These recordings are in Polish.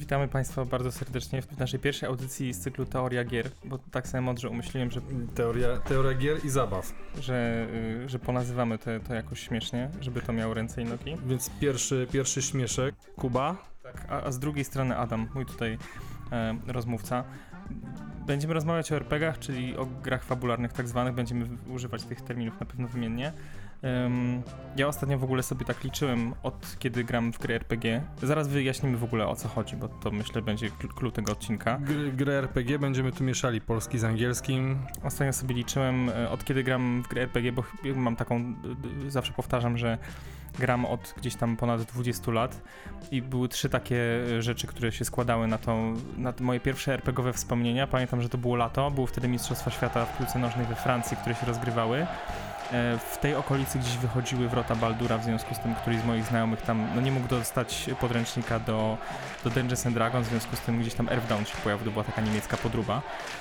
Witamy Państwa bardzo serdecznie w naszej pierwszej audycji z cyklu Teoria Gier, bo tak sobie mądrze umyśliłem, że Teoria gier i zabaw. Że ponazywamy to jakoś śmiesznie, żeby to miało ręce i nogi. Więc pierwszy śmieszek, Kuba. Tak, a z drugiej strony Adam, mój tutaj rozmówca. Będziemy rozmawiać o RPG-ach, czyli o grach fabularnych tak zwanych, będziemy używać tych terminów na pewno wymiennie. Ja ostatnio w ogóle sobie tak liczyłem, od kiedy gram w gry RPG. Zaraz wyjaśnimy w ogóle o co chodzi, bo to myślę będzie clue tego odcinka. Gry RPG, będziemy tu mieszali polski z angielskim. Ostatnio sobie liczyłem, od kiedy gram w gry RPG, bo mam taką, zawsze powtarzam, że gram od gdzieś tam ponad 20 lat i były 3 takie rzeczy, które się składały na moje pierwsze RPG-owe wspomnienia. Pamiętam, że to było lato, były wtedy Mistrzostwa Świata w piłce nożnej we Francji, które się rozgrywały. W tej okolicy gdzieś wychodziły Wrota Baldura, w związku z tym któryś z moich znajomych tam nie mógł dostać podręcznika do Dungeons and Dragons, w związku z tym gdzieś tam Earthbound się pojawił, to była taka niemiecka podróba.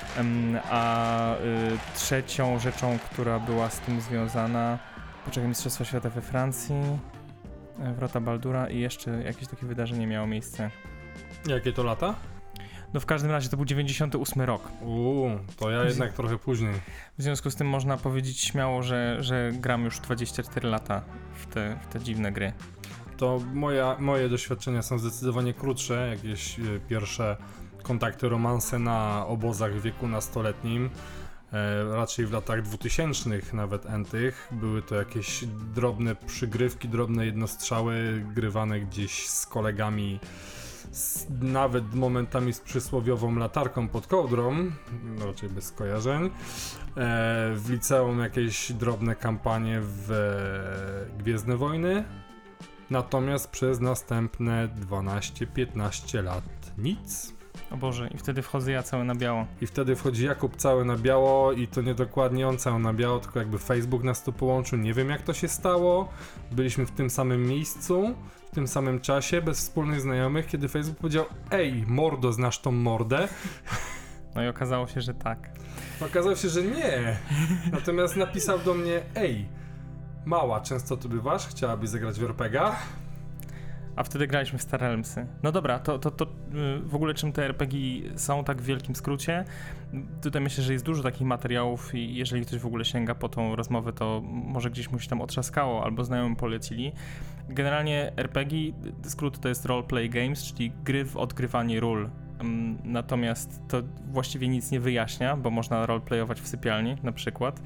Trzecią rzeczą, która była z tym związana, Mistrzostwa Świata we Francji, Wrota Baldura i jeszcze jakieś takie wydarzenie miało miejsce. Jakie to lata? No w każdym razie to był 98 rok. To ja jednak trochę później. W związku z tym można powiedzieć śmiało, że gram już 24 lata w te dziwne gry. To moje doświadczenia są zdecydowanie krótsze, jakieś pierwsze kontakty, romanse na obozach w wieku nastoletnim. Raczej w latach 2000 nawet entych. Były to jakieś drobne przygrywki, drobne jednostrzały grywane gdzieś z kolegami, nawet momentami z przysłowiową latarką pod kołdrą, raczej bez skojarzeń. W liceum jakieś drobne kampanie w Gwiezdne Wojny, natomiast przez następne 12-15 lat nic. O Boże, i wtedy wchodzę ja cały na biało. I wtedy wchodzi Jakub cały na biało i to niedokładnie on cały na biało, tylko jakby Facebook nas tu połączył, nie wiem jak to się stało. Byliśmy w tym samym miejscu, w tym samym czasie, bez wspólnych znajomych, kiedy Facebook powiedział: ej, mordo, znasz tą mordę? No i okazało się, że tak. Okazało się, że nie. Natomiast napisał do mnie: ej, mała, często tu bywasz? Chciałabyś zagrać w RPG-a? A wtedy graliśmy w Star Realmsy. No dobra, to w ogóle czym te RPG są tak w wielkim skrócie? Tutaj myślę, że jest dużo takich materiałów i jeżeli ktoś w ogóle sięga po tą rozmowę, to może gdzieś mu się tam otrzaskało albo znajomym polecili. Generalnie RPG, skrót to jest Role Play Games, czyli gry w odgrywanie ról. Natomiast to właściwie nic nie wyjaśnia, bo można roleplayować w sypialni na przykład.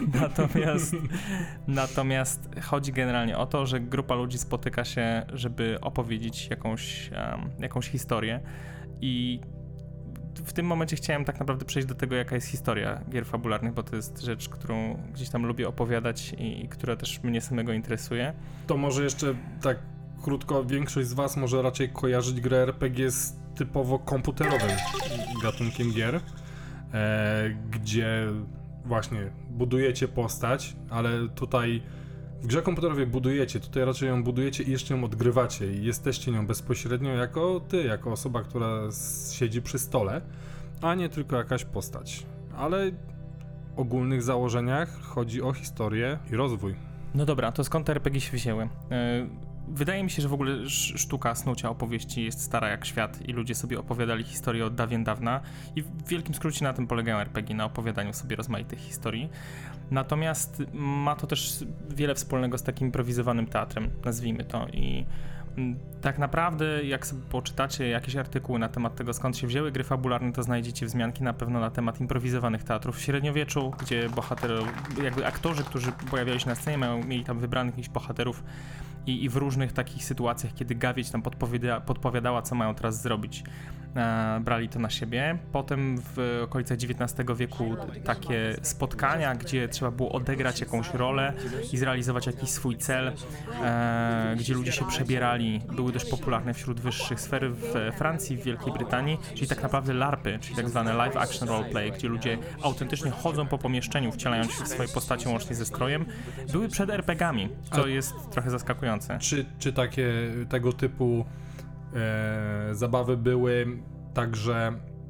Natomiast chodzi generalnie o to, że grupa ludzi spotyka się, żeby opowiedzieć jakąś historię i w tym momencie chciałem tak naprawdę przejść do tego, jaka jest historia gier fabularnych, bo to jest rzecz, którą gdzieś tam lubię opowiadać i która też mnie samego interesuje. To może jeszcze tak krótko, większość z was może raczej kojarzyć grę RPG z typowo komputerowym gatunkiem gier, gdzie właśnie budujecie postać, ale tutaj w grze komputerowej budujecie, tutaj raczej ją budujecie i jeszcze ją odgrywacie i jesteście nią bezpośrednio jako osoba, która siedzi przy stole, a nie tylko jakaś postać. Ale w ogólnych założeniach chodzi o historię i rozwój. No dobra, to skąd te RPG się wzięły? Wydaje mi się, że w ogóle sztuka snucia opowieści jest stara jak świat i ludzie sobie opowiadali historię od dawien dawna i w wielkim skrócie na tym polegają RPG, na opowiadaniu sobie rozmaitych historii. Natomiast ma to też wiele wspólnego z takim improwizowanym teatrem, nazwijmy to, i tak naprawdę jak sobie poczytacie jakieś artykuły na temat tego, skąd się wzięły gry fabularne, to znajdziecie wzmianki na pewno na temat improwizowanych teatrów w średniowieczu, gdzie jakby aktorzy, którzy pojawiali się na scenie, mieli tam wybranych jakichś bohaterów i w różnych takich sytuacjach, kiedy gawieć tam podpowiadała, co mają teraz zrobić, brali to na siebie. Potem w okolicach XIX wieku takie spotkania, gdzie trzeba było odegrać jakąś rolę i zrealizować jakiś swój cel, gdzie ludzie się przebierali, były dość popularne wśród wyższych sfer w Francji, w Wielkiej Brytanii, czyli tak naprawdę LARPy, czyli tak zwane live action roleplay, gdzie ludzie autentycznie chodzą po pomieszczeniu, wcielając się w swoje postacie łącznie ze strojem, były przed RPG-ami, co jest trochę zaskakujące. Czy tego typu zabawy były także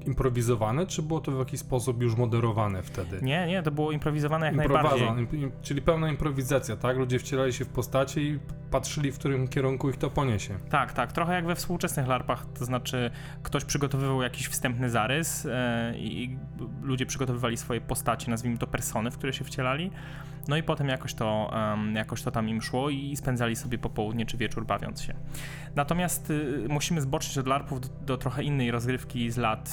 improwizowane, czy było to w jakiś sposób już moderowane wtedy? Nie, to było improwizowane jak najbardziej. Czyli pełna improwizacja, tak? Ludzie wcielali się w postacie i patrzyli, w którym kierunku ich to poniesie. Tak, trochę jak we współczesnych larpach, to znaczy ktoś przygotowywał jakiś wstępny zarys i ludzie przygotowywali swoje postacie, nazwijmy to persony, w które się wcielali, no i potem jakoś to tam im szło i spędzali sobie popołudnie czy wieczór bawiąc się. Natomiast musimy zboczyć od larpów do trochę innej rozgrywki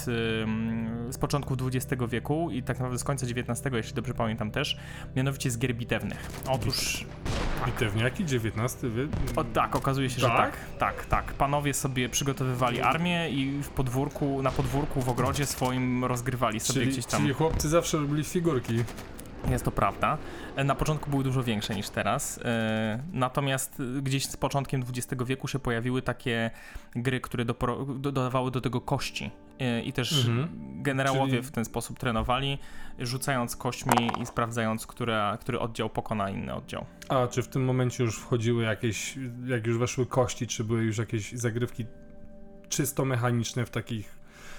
z początków XX wieku i tak naprawdę z końca XIX, jeśli dobrze pamiętam też, mianowicie z gier bitewnych. Otóż... Bitewniaki? XIX wiek? Tak, okazuje się, tak? że tak. Panowie sobie przygotowywali armię i na podwórku w ogrodzie swoim rozgrywali sobie gdzieś tam. Czyli chłopcy zawsze robili figurki. Jest to prawda. Na początku były dużo większe niż teraz, natomiast gdzieś z początkiem XX wieku się pojawiły takie gry, które dodawały do tego kości i też generałowie w ten sposób trenowali, rzucając kośćmi i sprawdzając, który oddział pokona inny oddział. A czy w tym momencie już wchodziły jakieś, jak już weszły kości, czy były już jakieś zagrywki czysto mechaniczne w takich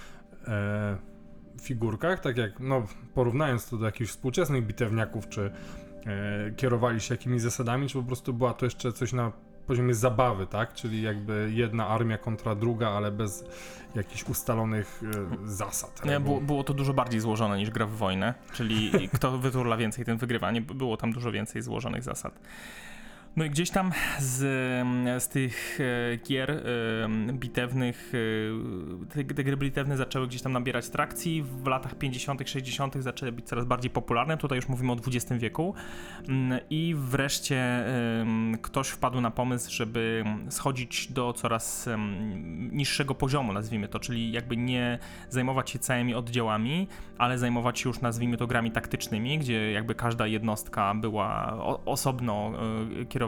figurkach, tak jak, no porównując to do jakichś współczesnych bitewniaków, czy kierowali się jakimiś zasadami, czy po prostu była to jeszcze coś na poziomie zabawy, tak? Czyli jakby jedna armia kontra druga, ale bez jakichś ustalonych zasad. Było to dużo bardziej złożone niż gra w wojnę, czyli kto wyturla więcej, ten wygrywa. Nie było tam dużo więcej złożonych zasad. No i gdzieś tam z tych gier bitewnych, te gry bitewne zaczęły gdzieś tam nabierać trakcji, w latach 50., 60. zaczęły być coraz bardziej popularne, tutaj już mówimy o XX wieku i wreszcie ktoś wpadł na pomysł, żeby schodzić do coraz niższego poziomu, nazwijmy to, czyli jakby nie zajmować się całymi oddziałami, ale zajmować się już, nazwijmy to, grami taktycznymi, gdzie jakby każda jednostka była osobno kierowana.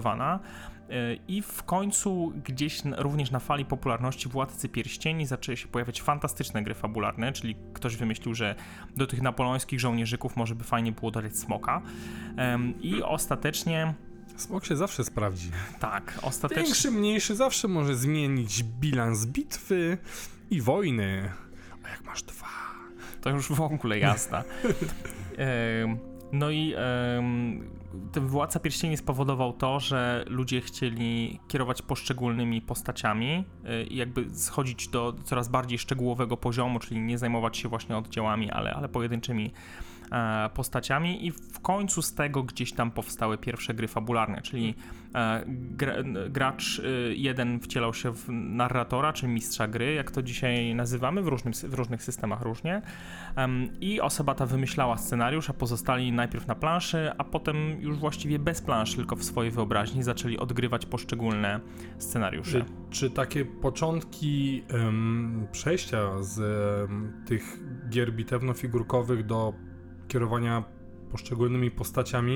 I w końcu gdzieś również na fali popularności Władcy Pierścieni zaczęły się pojawiać fantastyczne gry fabularne, czyli ktoś wymyślił, że do tych napoleońskich żołnierzyków może by fajnie było dodać smoka. I ostatecznie... Smok się zawsze sprawdzi. Tak, ostatecznie... Większy, mniejszy zawsze może zmienić bilans bitwy i wojny. A jak masz dwa? To już w ogóle jasne. No i ten Władca Pierścieni spowodował to, że ludzie chcieli kierować poszczególnymi postaciami i jakby schodzić do coraz bardziej szczegółowego poziomu, czyli nie zajmować się właśnie oddziałami, ale pojedynczymi postaciami i w końcu z tego gdzieś tam powstały pierwsze gry fabularne, czyli gracz jeden wcielał się w narratora, czy mistrza gry, jak to dzisiaj nazywamy, w różnych systemach różnie, i osoba ta wymyślała scenariusz, a pozostali najpierw na planszy, a potem już właściwie bez planszy, tylko w swojej wyobraźni zaczęli odgrywać poszczególne scenariusze. Czy takie początki przejścia z tych gier bitewno-figurkowych do kierowania poszczególnymi postaciami,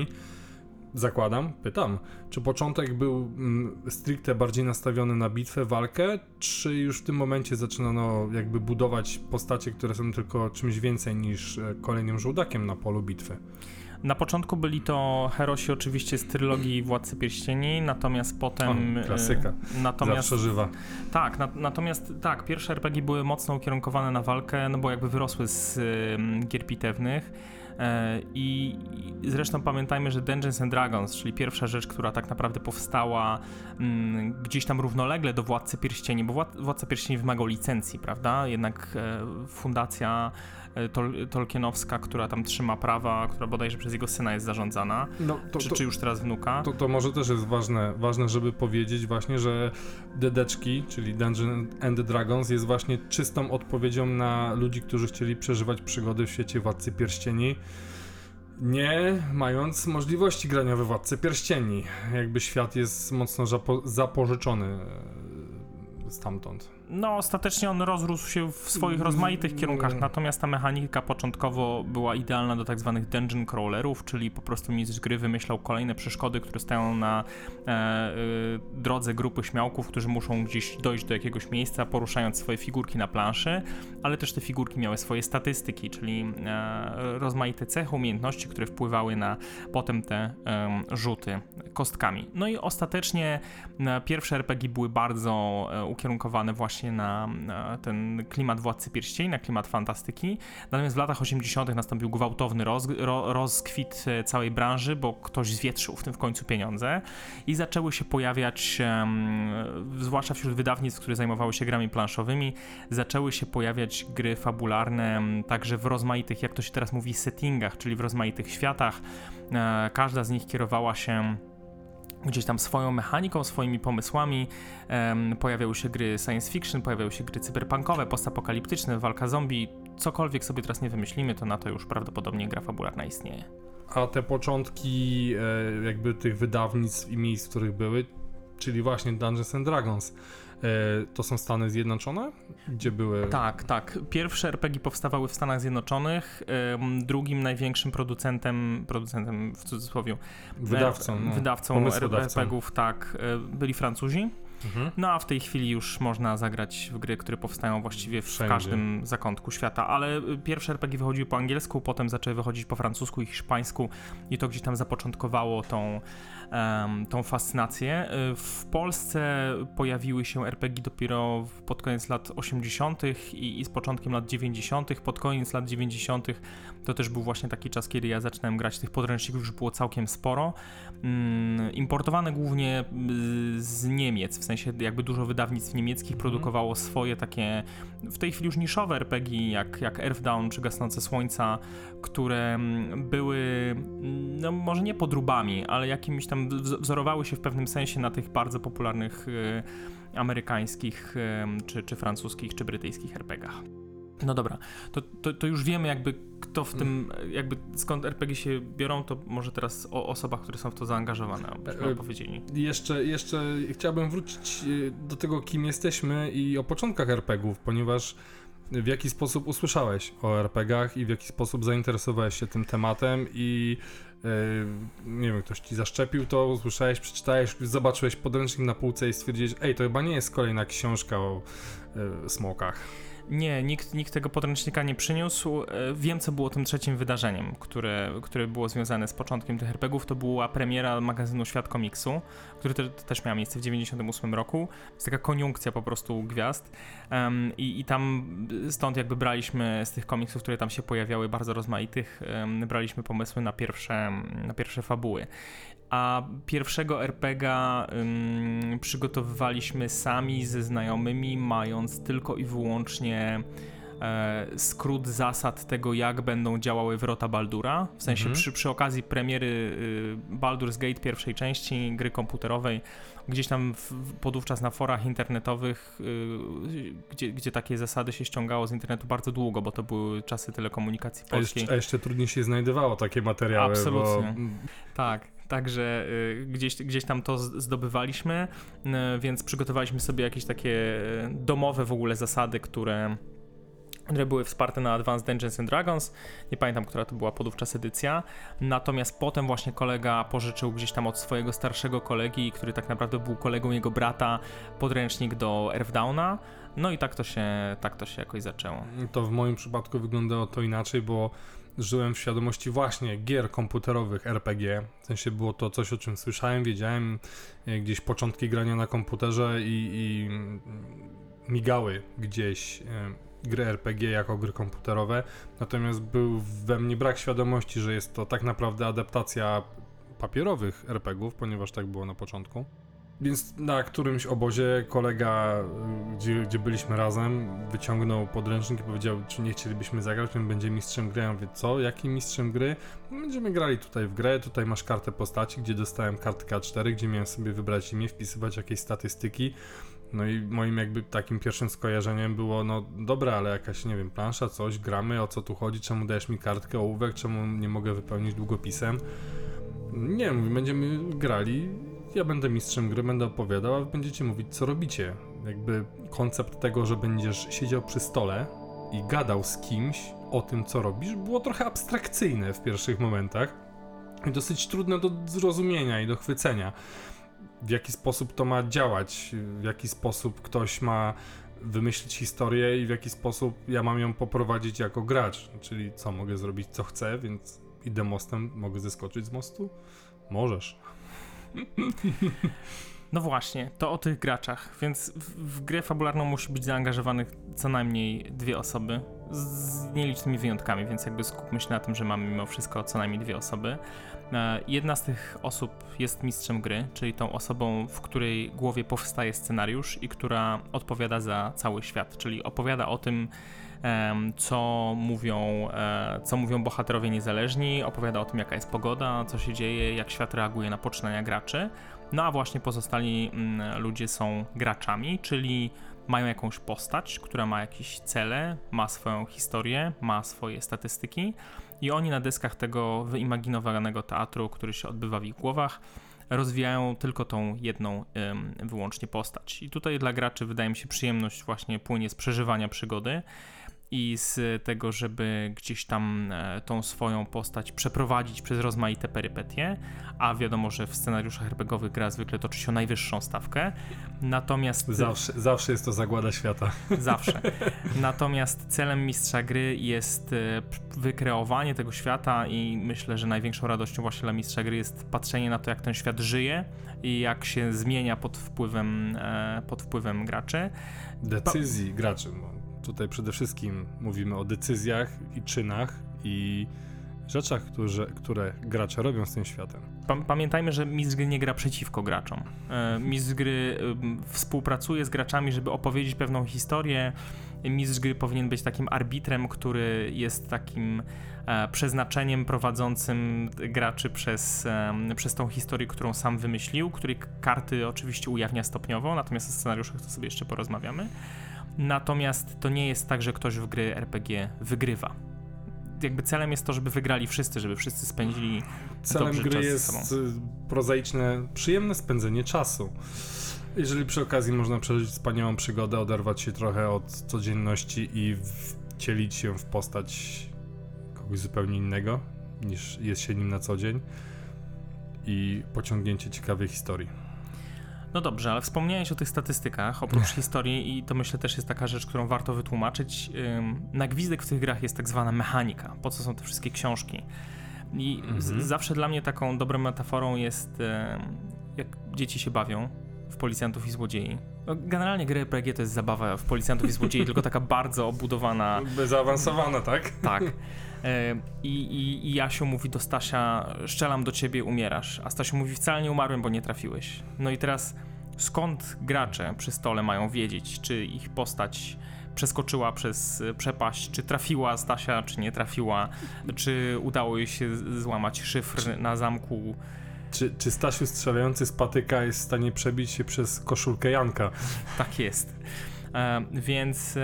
pytam, czy początek był stricte bardziej nastawiony na bitwę, walkę, czy już w tym momencie zaczynano jakby budować postacie, które są tylko czymś więcej niż kolejnym żołdakiem na polu bitwy? Na początku byli to herosi oczywiście z trylogii Władcy Pierścieni, natomiast potem... klasyka, zawsze żywa. Tak, natomiast tak, pierwsze RPG były mocno ukierunkowane na walkę, no bo jakby wyrosły z gier bitewnych. I zresztą pamiętajmy, że Dungeons and Dragons, czyli pierwsza rzecz, która tak naprawdę powstała gdzieś tam równolegle do Władcy Pierścieni, bo Władca Pierścieni wymagał licencji, prawda? Jednak fundacja tolkienowska, która tam trzyma prawa, która bodajże przez jego syna jest zarządzana, czy już teraz wnuka. To może też jest ważne, żeby powiedzieć właśnie, że DD-czki, czyli Dungeons and Dragons, jest właśnie czystą odpowiedzią na ludzi, którzy chcieli przeżywać przygody w świecie Władcy Pierścieni, nie mając możliwości grania we Władcy Pierścieni. Jakby świat jest mocno zapożyczony stamtąd. No, ostatecznie on rozrósł się w swoich rozmaitych kierunkach, natomiast ta mechanika początkowo była idealna do tak zwanych dungeon crawlerów, czyli po prostu mistrz gry wymyślał kolejne przeszkody, które stoją na drodze grupy śmiałków, którzy muszą gdzieś dojść do jakiegoś miejsca, poruszając swoje figurki na planszy, ale też te figurki miały swoje statystyki, czyli rozmaite cechy, umiejętności, które wpływały na potem te rzuty kostkami. No i ostatecznie pierwsze RPG były bardzo ukierunkowane właśnie właśnie na ten klimat Władcy Pierścieni, na klimat fantastyki. Natomiast w latach 80. nastąpił gwałtowny rozkwit całej branży, bo ktoś zwietrzył w tym w końcu pieniądze i zaczęły się pojawiać, zwłaszcza wśród wydawnictw, które zajmowały się grami planszowymi, zaczęły się pojawiać gry fabularne także w rozmaitych, jak to się teraz mówi, settingach, czyli w rozmaitych światach. Każda z nich kierowała się gdzieś tam swoją mechaniką, swoimi pomysłami. Pojawiały się gry science fiction, pojawiały się gry cyberpunkowe, postapokaliptyczne, walka zombie. Cokolwiek sobie teraz nie wymyślimy, to na to już prawdopodobnie gra fabularna istnieje. A te początki jakby tych wydawnictw i miejsc, w których były, czyli właśnie Dungeons and Dragons, to są Stany Zjednoczone? Gdzie były? Tak. Pierwsze RPG powstawały w Stanach Zjednoczonych. Drugim największym producentem w cudzysłowie, wydawcą RPG-ów, byli Francuzi. No a w tej chwili już można zagrać w gry, które powstają właściwie w każdym zakątku świata, ale pierwsze RPG wychodziły po angielsku, potem zaczęły wychodzić po francusku i hiszpańsku i to gdzieś tam zapoczątkowało tą fascynację. W Polsce pojawiły się RPG dopiero pod koniec lat 80. i z początkiem lat 90. Pod koniec lat 90. to też był właśnie taki czas, kiedy ja zaczynałem grać. Tych podręczników już było całkiem sporo. Importowane głównie z Niemiec, w sensie jakby dużo wydawnictw niemieckich produkowało swoje takie w tej chwili już niszowe RPG, jak Earthdawn czy Gasnące Słońca, które były, no może nie podróbami, ale jakimiś tam wzorowały się w pewnym sensie na tych bardzo popularnych amerykańskich, czy francuskich, czy brytyjskich RPGach. No dobra, to już wiemy jakby kto w tym, jakby skąd RPG się biorą, to może teraz o osobach, które są w to zaangażowane, abyśmy opowiedzieli. Jeszcze chciałbym wrócić do tego, kim jesteśmy i o początkach RPGów, ponieważ w jaki sposób usłyszałeś o RPGach i w jaki sposób zainteresowałeś się tym tematem i nie wiem, ktoś ci zaszczepił to, usłyszałeś, przeczytałeś, zobaczyłeś podręcznik na półce i stwierdziłeś, to chyba nie jest kolejna książka o smokach. Nie, nikt tego podręcznika nie przyniósł. Wiem, co było tym trzecim wydarzeniem, które było związane z początkiem tych RPGów. To była premiera magazynu Świat Komiksu, który też miał miejsce w 98 roku. To jest taka koniunkcja po prostu gwiazd. I tam stąd jakby braliśmy z tych komiksów, które tam się pojawiały, bardzo rozmaitych, braliśmy pomysły na pierwsze fabuły. A pierwszego RPGa przygotowywaliśmy sami ze znajomymi, mając tylko i wyłącznie skrót zasad tego, jak będą działały wrota Baldura. W sensie przy okazji premiery Baldur's Gate pierwszej części gry komputerowej, gdzieś tam podówczas na forach internetowych, gdzie takie zasady się ściągało z internetu bardzo długo, bo to były czasy telekomunikacji polskiej. A jeszcze trudniej się znajdowało takie materiały. Absolutnie. Tak. Także gdzieś tam to zdobywaliśmy, więc przygotowaliśmy sobie jakieś takie domowe w ogóle zasady, które były wsparte na Advanced Dungeons and Dragons. Nie pamiętam, która to była podówczas edycja. Natomiast potem właśnie kolega pożyczył gdzieś tam od swojego starszego kolegi, który tak naprawdę był kolegą jego brata, podręcznik do Earthdowna. No i tak to się jakoś zaczęło. To w moim przypadku wyglądało to inaczej, bo żyłem w świadomości właśnie gier komputerowych RPG. W sensie było to coś, o czym słyszałem, wiedziałem, gdzieś początki grania na komputerze i migały gdzieś gry RPG jako gry komputerowe. Natomiast był we mnie brak świadomości, że jest to tak naprawdę adaptacja papierowych RPGów, ponieważ tak było na początku. Więc na którymś obozie kolega, gdzie byliśmy razem, wyciągnął podręcznik i powiedział, czy nie chcielibyśmy zagrać, on będzie mistrzem gry. Ja mówię, co? Jakim mistrzem gry? Będziemy grali tutaj w grę, tutaj masz kartę postaci, gdzie dostałem kartkę A4, gdzie miałem sobie wybrać imię, wpisywać jakieś statystyki. No i moim jakby takim pierwszym skojarzeniem było, no dobra, ale jakaś, nie wiem, plansza, coś, gramy, o co tu chodzi, czemu dajesz mi kartkę, ołówek, czemu nie mogę wypełnić długopisem? Nie wiem, będziemy grali, ja będę mistrzem gry, będę opowiadał, a wy będziecie mówić, co robicie. Jakby koncept tego, że będziesz siedział przy stole i gadał z kimś o tym, co robisz, było trochę abstrakcyjne w pierwszych momentach i dosyć trudne do zrozumienia i do chwycenia. W jaki sposób to ma działać, w jaki sposób ktoś ma wymyślić historię i w jaki sposób ja mam ją poprowadzić jako gracz. Czyli co, mogę zrobić co chcę, więc idę mostem, mogę zeskoczyć z mostu? Możesz. No właśnie, to o tych graczach, więc w grę fabularną musi być zaangażowanych co najmniej 2 osoby, z nielicznymi wyjątkami, więc jakby skupmy się na tym, że mamy mimo wszystko co najmniej 2 osoby. Jedna z tych osób jest mistrzem gry, czyli tą osobą, w której głowie powstaje scenariusz i która odpowiada za cały świat, czyli opowiada o tym, co mówią bohaterowie niezależni, opowiada o tym, jaka jest pogoda, co się dzieje, jak świat reaguje na poczynania graczy. No a właśnie pozostali ludzie są graczami, czyli mają jakąś postać, która ma jakieś cele, ma swoją historię, ma swoje statystyki i oni na deskach tego wyimaginowanego teatru, który się odbywa w ich głowach, rozwijają tylko tą jedną wyłącznie postać. I tutaj dla graczy wydaje mi się przyjemność właśnie płynie z przeżywania przygody i z tego, żeby gdzieś tam tą swoją postać przeprowadzić przez rozmaite perypetie, a wiadomo, że w scenariuszach RPGowych gra zwykle toczy się o najwyższą stawkę, natomiast... Zawsze jest to zagłada świata. Zawsze. Natomiast celem mistrza gry jest wykreowanie tego świata i myślę, że największą radością właśnie dla mistrza gry jest patrzenie na to, jak ten świat żyje i jak się zmienia pod wpływem graczy. Decyzji graczy. Tutaj przede wszystkim mówimy o decyzjach i czynach i rzeczach, które gracze robią z tym światem. Pamiętajmy, że mistrz gry nie gra przeciwko graczom. Mistrz gry współpracuje z graczami, żeby opowiedzieć pewną historię. Mistrz gry powinien być takim arbitrem, który jest takim przeznaczeniem prowadzącym graczy przez tą historię, którą sam wymyślił, której karty oczywiście ujawnia stopniowo, natomiast o scenariuszach to sobie jeszcze porozmawiamy. Natomiast to nie jest tak, że ktoś w gry RPG wygrywa. Jakby celem jest to, żeby wygrali wszyscy, żeby wszyscy spędzili celem dobrze gry czas jest ze sobą. Prozaiczne, przyjemne spędzenie czasu. Jeżeli przy okazji można przeżyć wspaniałą przygodę, oderwać się trochę od codzienności i wcielić się w postać kogoś zupełnie innego, niż jest się nim na co dzień i pociągnięcie ciekawej historii. No dobrze, ale wspomniałeś o tych statystykach, oprócz historii i to myślę też jest taka rzecz, którą warto wytłumaczyć. Na gwizdek w tych grach jest tak zwana mechanika, po co są te wszystkie książki. I zawsze dla mnie taką dobrą metaforą jest, jak dzieci się bawią w Policjantów i Złodziei. No, generalnie gry RPG to jest zabawa w Policjantów i Złodziei, tylko taka bardzo obudowana. Zaawansowana, tak? Tak. I Jasiu mówi do Stasia, strzelam do ciebie, umierasz. A Stasiu mówi, wcale nie umarłem, bo nie trafiłeś. No i teraz skąd gracze przy stole mają wiedzieć, czy ich postać przeskoczyła przez przepaść, czy trafiła Stasia, czy nie trafiła, czy udało jej się złamać szyfr na zamku. Czy Stasiu strzelający z patyka jest w stanie przebić się przez koszulkę Janka? Tak jest. Więc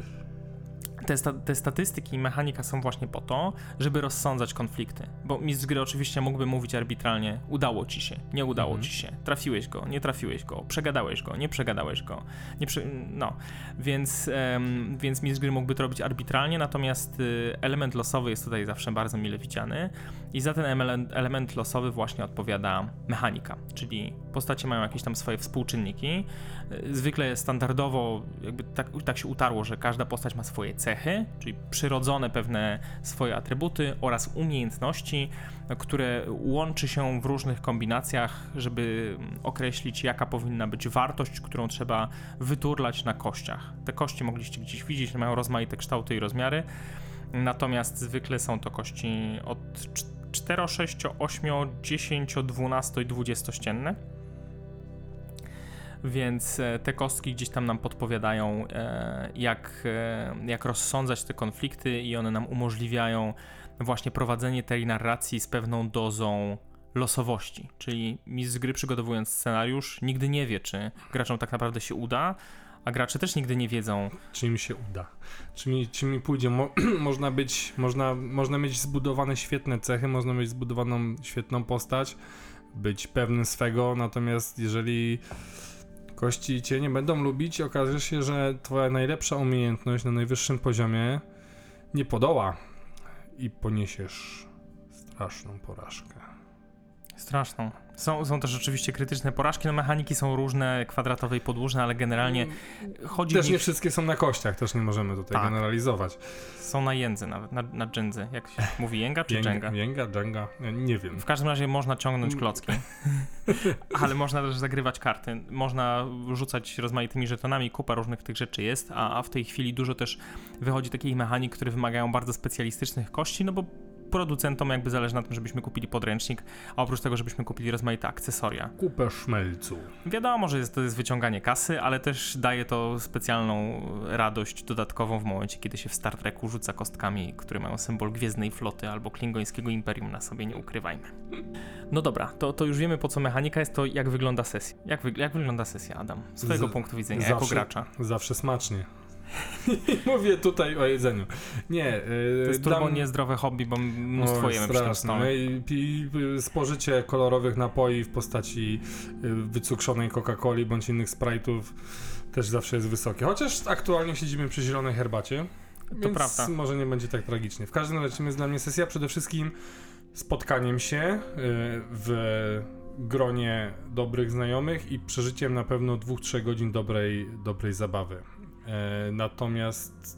te statystyki i mechanika są właśnie po to, żeby rozsądzać konflikty. Bo mistrz gry oczywiście mógłby mówić arbitralnie, udało ci się, nie udało ci się, trafiłeś go, nie trafiłeś go, przegadałeś go, nie przegadałeś go. Więc mistrz gry mógłby to robić arbitralnie, natomiast element losowy jest tutaj zawsze bardzo mile widziany i za ten element losowy właśnie odpowiada mechanika, czyli postacie mają jakieś tam swoje współczynniki. Zwykle standardowo jakby tak się utarło, że każda postać ma swoje cechy, czyli przyrodzone pewne swoje atrybuty oraz umiejętności, które łączy się w różnych kombinacjach, żeby określić, jaka powinna być wartość, którą trzeba wyturlać na kościach. Te kości mogliście gdzieś widzieć, mają rozmaite kształty i rozmiary, natomiast zwykle są to kości od 4, 6, 8, 10, 12 i 20-ścienne. Więc te kostki gdzieś tam nam podpowiadają, jak rozsądzać te konflikty i one nam umożliwiają właśnie prowadzenie tej narracji z pewną dozą losowości. Czyli mistrz gry, przygotowując scenariusz, nigdy nie wie, czy graczom tak naprawdę się uda, a gracze też nigdy nie wiedzą, czy im się uda, czy mi pójdzie. Można mieć zbudowane świetne cechy, można mieć zbudowaną świetną postać, być pewnym swego, natomiast jeżeli kości cię nie będą lubić, okaże się, że twoja najlepsza umiejętność na najwyższym poziomie nie podoła i poniesiesz straszną porażkę. Straszną. Są też oczywiście krytyczne porażki, no mechaniki są różne, kwadratowe i podłużne, ale generalnie chodzi... Też nie wszystkie są na kościach, też nie możemy tutaj generalizować. Są na jędzy nawet, na dżędzy, jak się mówi, jęga czy dżęga? Jęga, dżęga, nie wiem. W każdym razie można ciągnąć klocki, ale można też zagrywać karty, można rzucać rozmaitymi żetonami, kupa różnych tych rzeczy jest, a w tej chwili dużo też wychodzi takich mechanik, które wymagają bardzo specjalistycznych kości, no bo producentom jakby zależy na tym, żebyśmy kupili podręcznik, a oprócz tego, żebyśmy kupili rozmaite akcesoria. Kupę szmelcu. Wiadomo, że to jest wyciąganie kasy, ale też daje to specjalną radość dodatkową w momencie, kiedy się w Star Treku rzuca kostkami, które mają symbol Gwiezdnej Floty albo Klingońskiego Imperium na sobie, nie ukrywajmy. No dobra, to już wiemy, po co mechanika jest, to jak wygląda sesja. Jak wygląda sesja, Adam? Z twojego punktu widzenia, jako gracza. Zawsze smacznie. Mówię tutaj o jedzeniu. Nie. To jest turbo niezdrowe hobby, bo mnóstwo jemy przy tym stole. I spożycie kolorowych napoi w postaci wycukrzonej Coca-Coli bądź innych Sprite'ów też zawsze jest wysokie. Chociaż aktualnie siedzimy przy zielonej herbacie, to prawda. Może nie będzie tak tragicznie. W każdym razie jest dla mnie sesja przede wszystkim spotkaniem się w gronie dobrych znajomych i przeżyciem na pewno 2-3 godzin dobrej zabawy. Natomiast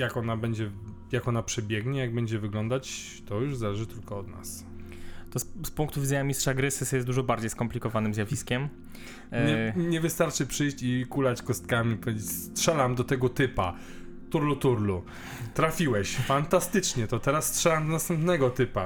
jak ona przebiegnie, jak będzie wyglądać, to już zależy tylko od nas. To z punktu widzenia mistrza gry sesja jest dużo bardziej skomplikowanym zjawiskiem. Nie wystarczy przyjść i kulać kostkami, powiedzieć: strzelam do tego typa, turlu. Trafiłeś, fantastycznie, to teraz strzelam do następnego typa.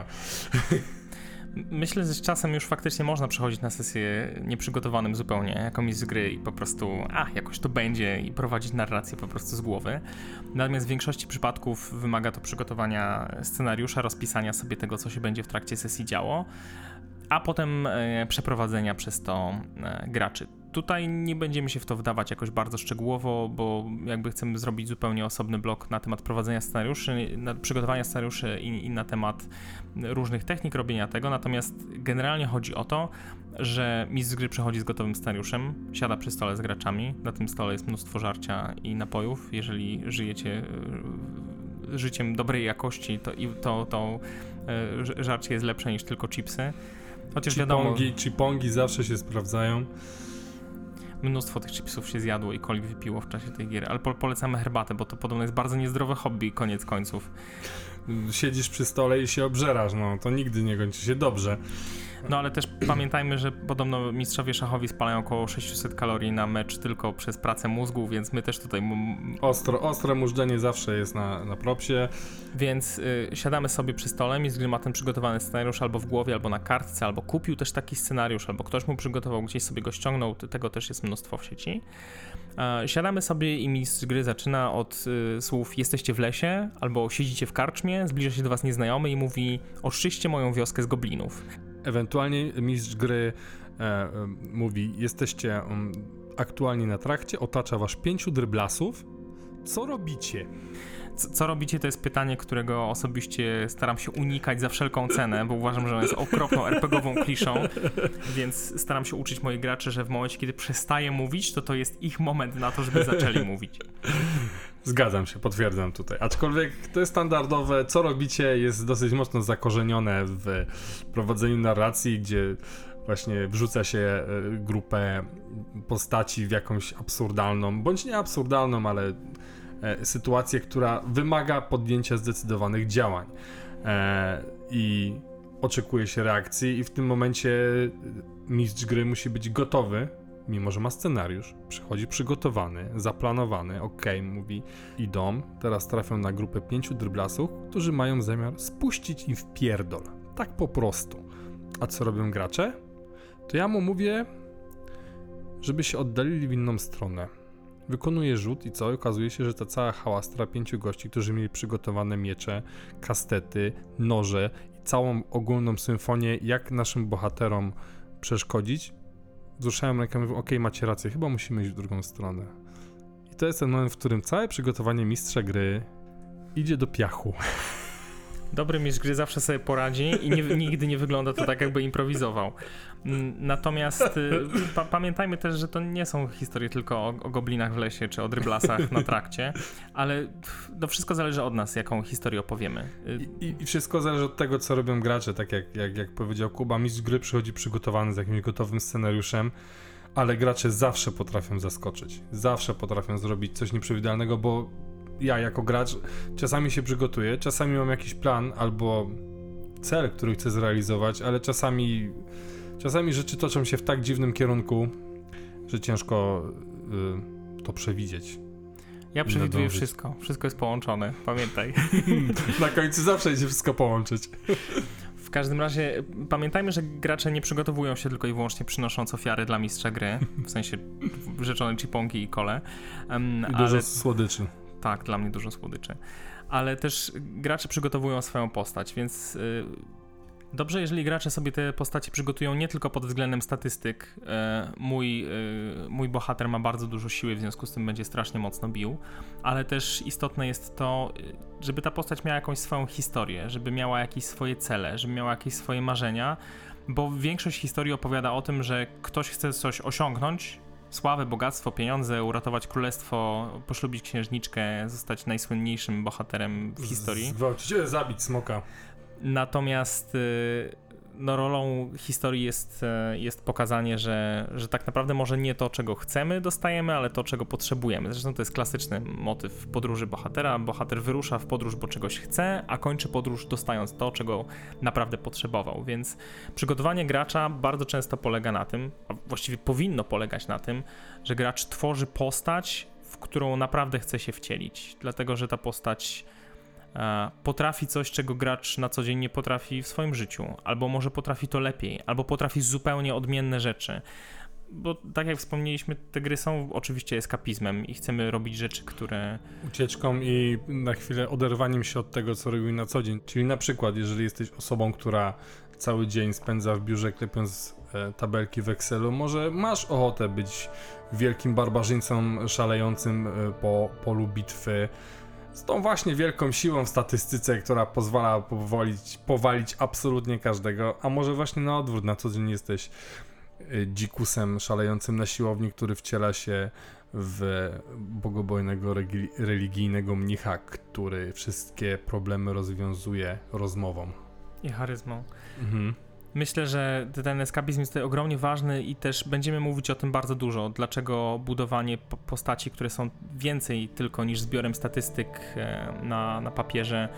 Myślę, że z czasem już faktycznie można przechodzić na sesję nieprzygotowanym zupełnie, jako mistrz gry i po prostu jakoś to będzie i prowadzić narrację po prostu z głowy. Natomiast w większości przypadków wymaga to przygotowania scenariusza, rozpisania sobie tego, co się będzie w trakcie sesji działo, a potem przeprowadzenia przez to graczy. Tutaj nie będziemy się w to wdawać jakoś bardzo szczegółowo, bo jakby chcemy zrobić zupełnie osobny blok na temat prowadzenia scenariuszy, przygotowania scenariuszy i na temat różnych technik robienia tego, natomiast generalnie chodzi o to, że mistrz gry przychodzi z gotowym scenariuszem, siada przy stole z graczami, na tym stole jest mnóstwo żarcia i napojów, jeżeli żyjecie życiem dobrej jakości, to żarcie jest lepsze niż tylko chipsy. Chociaż Chipongi zawsze się sprawdzają. Mnóstwo tych chipsów się zjadło i kolik wypiło w czasie tej gry, ale polecamy herbatę, bo to podobno jest bardzo niezdrowe hobby, koniec końców. Siedzisz przy stole i się obżerasz, to nigdy nie kończy się dobrze. No ale też pamiętajmy, że podobno mistrzowie szachowi spalają około 600 kalorii na mecz tylko przez pracę mózgu, więc my też tutaj... Ostre mużdżenie zawsze jest na propsie. Więc siadamy sobie przy stole, mistrz gry ma ten przygotowany scenariusz albo w głowie, albo na kartce, albo kupił też taki scenariusz, albo ktoś mu przygotował, gdzieś sobie go ściągnął, tego też jest mnóstwo w sieci. Siadamy sobie i mistrz gry zaczyna od słów: jesteście w lesie, albo siedzicie w karczmie, zbliża się do was nieznajomy i mówi: oczyście moją wioskę z goblinów. Ewentualnie mistrz gry mówi: jesteście aktualnie na trakcie, otacza was 5 dryblasów, co robicie? Co robicie, to jest pytanie, którego osobiście staram się unikać za wszelką cenę, bo uważam, że on jest okropną RPG-ową kliszą, więc staram się uczyć moich graczy, że w momencie, kiedy przestaję mówić, to jest ich moment na to, żeby zaczęli mówić. Zgadzam się, potwierdzam tutaj. Aczkolwiek to jest standardowe, co robicie, jest dosyć mocno zakorzenione w prowadzeniu narracji, gdzie właśnie wrzuca się grupę postaci w jakąś absurdalną, bądź nie absurdalną, ale sytuację, która wymaga podjęcia zdecydowanych działań i oczekuje się reakcji, i w tym momencie mistrz gry musi być gotowy, mimo że ma scenariusz, przychodzi przygotowany, zaplanowany, mówi: idą, teraz trafią na grupę 5 dryblasów, którzy mają zamiar spuścić im w pierdol, tak po prostu. A co robią gracze? To ja mu mówię, żeby się oddalili w inną stronę. Wykonuje rzut i co? Okazuje się, że ta cała hałastra 5 gości, którzy mieli przygotowane miecze, kastety, noże i całą ogólną symfonię, jak naszym bohaterom przeszkodzić, wzruszają rękami i mówią: okej, macie rację, chyba musimy iść w drugą stronę. I to jest ten moment, w którym całe przygotowanie mistrza gry idzie do piachu. Dobry mistrz gry zawsze sobie poradzi i nigdy nie wygląda to tak, jakby improwizował. Natomiast pamiętajmy też, że to nie są historie tylko o goblinach w lesie czy o dryblasach na trakcie, ale no wszystko zależy od nas, jaką historię opowiemy. I wszystko zależy od tego, co robią gracze, tak jak powiedział Kuba. Mistrz gry przychodzi przygotowany z jakimś gotowym scenariuszem, ale gracze zawsze potrafią zaskoczyć. Zawsze potrafią zrobić coś nieprzewidywalnego, bo ja jako gracz czasami się przygotuję, czasami mam jakiś plan albo cel, który chcę zrealizować, ale czasami rzeczy toczą się w tak dziwnym kierunku, że ciężko to przewidzieć. Ja przewiduję wszystko. Wszystko jest połączone, pamiętaj. Na końcu zawsze idzie wszystko połączyć. W każdym razie pamiętajmy, że gracze nie przygotowują się tylko i wyłącznie przynosząc ofiary dla mistrza gry, w sensie rzeczone chiponki i kole. I dużo słodyczy. Tak, dla mnie dużo słodyczy. Ale też gracze przygotowują swoją postać, więc dobrze, jeżeli gracze sobie te postacie przygotują nie tylko pod względem statystyk. Mój bohater ma bardzo dużo siły, w związku z tym będzie strasznie mocno bił, ale też istotne jest to, żeby ta postać miała jakąś swoją historię, żeby miała jakieś swoje cele, żeby miała jakieś swoje marzenia, bo większość historii opowiada o tym, że ktoś chce coś osiągnąć, sławę, bogactwo, pieniądze, uratować królestwo, poślubić księżniczkę, zostać najsłynniejszym bohaterem w historii. Zgwałcić, zabić smoka. Natomiast no, rolą historii jest pokazanie, że tak naprawdę może nie to, czego chcemy, dostajemy, ale to, czego potrzebujemy. Zresztą to jest klasyczny motyw podróży bohatera. Bohater wyrusza w podróż, bo czegoś chce, a kończy podróż dostając to, czego naprawdę potrzebował. Więc przygotowanie gracza bardzo często polega na tym, a właściwie powinno polegać na tym, że gracz tworzy postać, w którą naprawdę chce się wcielić. Dlatego, że ta postać potrafi coś, czego gracz na co dzień nie potrafi w swoim życiu, albo może potrafi to lepiej, albo potrafi zupełnie odmienne rzeczy. Bo tak jak wspomnieliśmy, te gry są oczywiście eskapizmem i chcemy robić rzeczy, które... Ucieczką i na chwilę oderwaniem się od tego, co robimy na co dzień. Czyli na przykład, jeżeli jesteś osobą, która cały dzień spędza w biurze klepiąc tabelki w Excelu, może masz ochotę być wielkim barbarzyńcą szalejącym po polu bitwy, z tą właśnie wielką siłą w statystyce, która pozwala powalić absolutnie każdego, a może właśnie na odwrót, na co dzień jesteś dzikusem szalejącym na siłowni, który wciela się w bogobojnego religijnego mnicha, który wszystkie problemy rozwiązuje rozmową. I charyzmą. Mhm. Myślę, że ten eskapizm jest tutaj ogromnie ważny i też będziemy mówić o tym bardzo dużo. Dlaczego budowanie postaci, które są więcej tylko niż zbiorem statystyk na papierze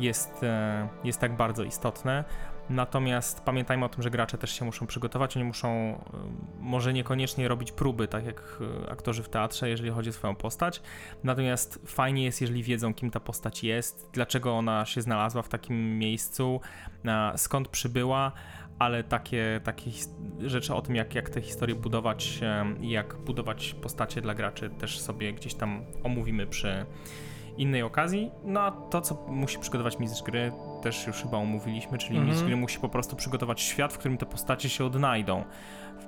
jest tak bardzo istotne. Natomiast pamiętajmy o tym, że gracze też się muszą przygotować. Oni muszą może niekoniecznie robić próby, tak jak aktorzy w teatrze, jeżeli chodzi o swoją postać. Natomiast fajnie jest, jeżeli wiedzą, kim ta postać jest, dlaczego ona się znalazła w takim miejscu, skąd przybyła, ale takie rzeczy o tym, jak te historie budować i jak budować postacie dla graczy też sobie gdzieś tam omówimy przy innej okazji. No a to, co musi przygotować mistrz gry, też już chyba omówiliśmy, czyli mistrz gry musi po prostu przygotować świat, w którym te postacie się odnajdą, w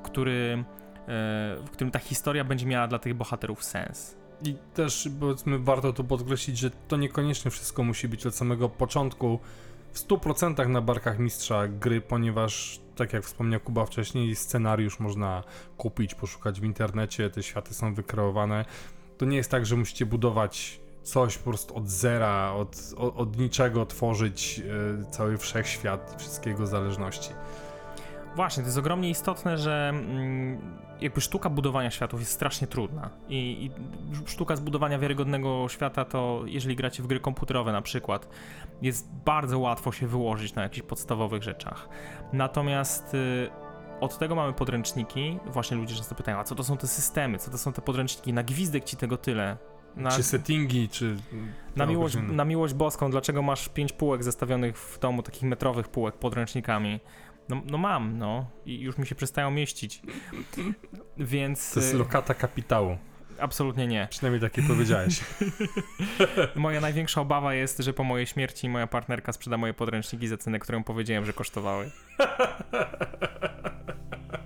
którym ta historia będzie miała dla tych bohaterów sens. I też powiedzmy warto tu podkreślić, że to niekoniecznie wszystko musi być od samego początku w 100% na barkach mistrza gry, ponieważ tak jak wspomniał Kuba wcześniej, scenariusz można kupić, poszukać w internecie, te światy są wykreowane. To nie jest tak, że musicie budować coś po prostu od zera, od niczego tworzyć cały wszechświat i wszystkie jego zależności. Właśnie, to jest ogromnie istotne, że jakby sztuka budowania światów jest strasznie trudna i sztuka zbudowania wiarygodnego świata to, jeżeli gracie w gry komputerowe na przykład, jest bardzo łatwo się wyłożyć na jakichś podstawowych rzeczach. Natomiast od tego mamy podręczniki, właśnie ludzie często pytają, a co to są te systemy, co to są te podręczniki, na gwizdek ci tego tyle. Czy settingi, czy... Na miłość boską, dlaczego masz 5 półek zestawionych w domu, takich metrowych półek podręcznikami? No mam, i już mi się przestają mieścić, więc... To jest lokata kapitału. Absolutnie nie. Przynajmniej takie powiedziałeś. Moja największa obawa jest, że po mojej śmierci moja partnerka sprzeda moje podręczniki za cenę, którą powiedziałem, że kosztowały.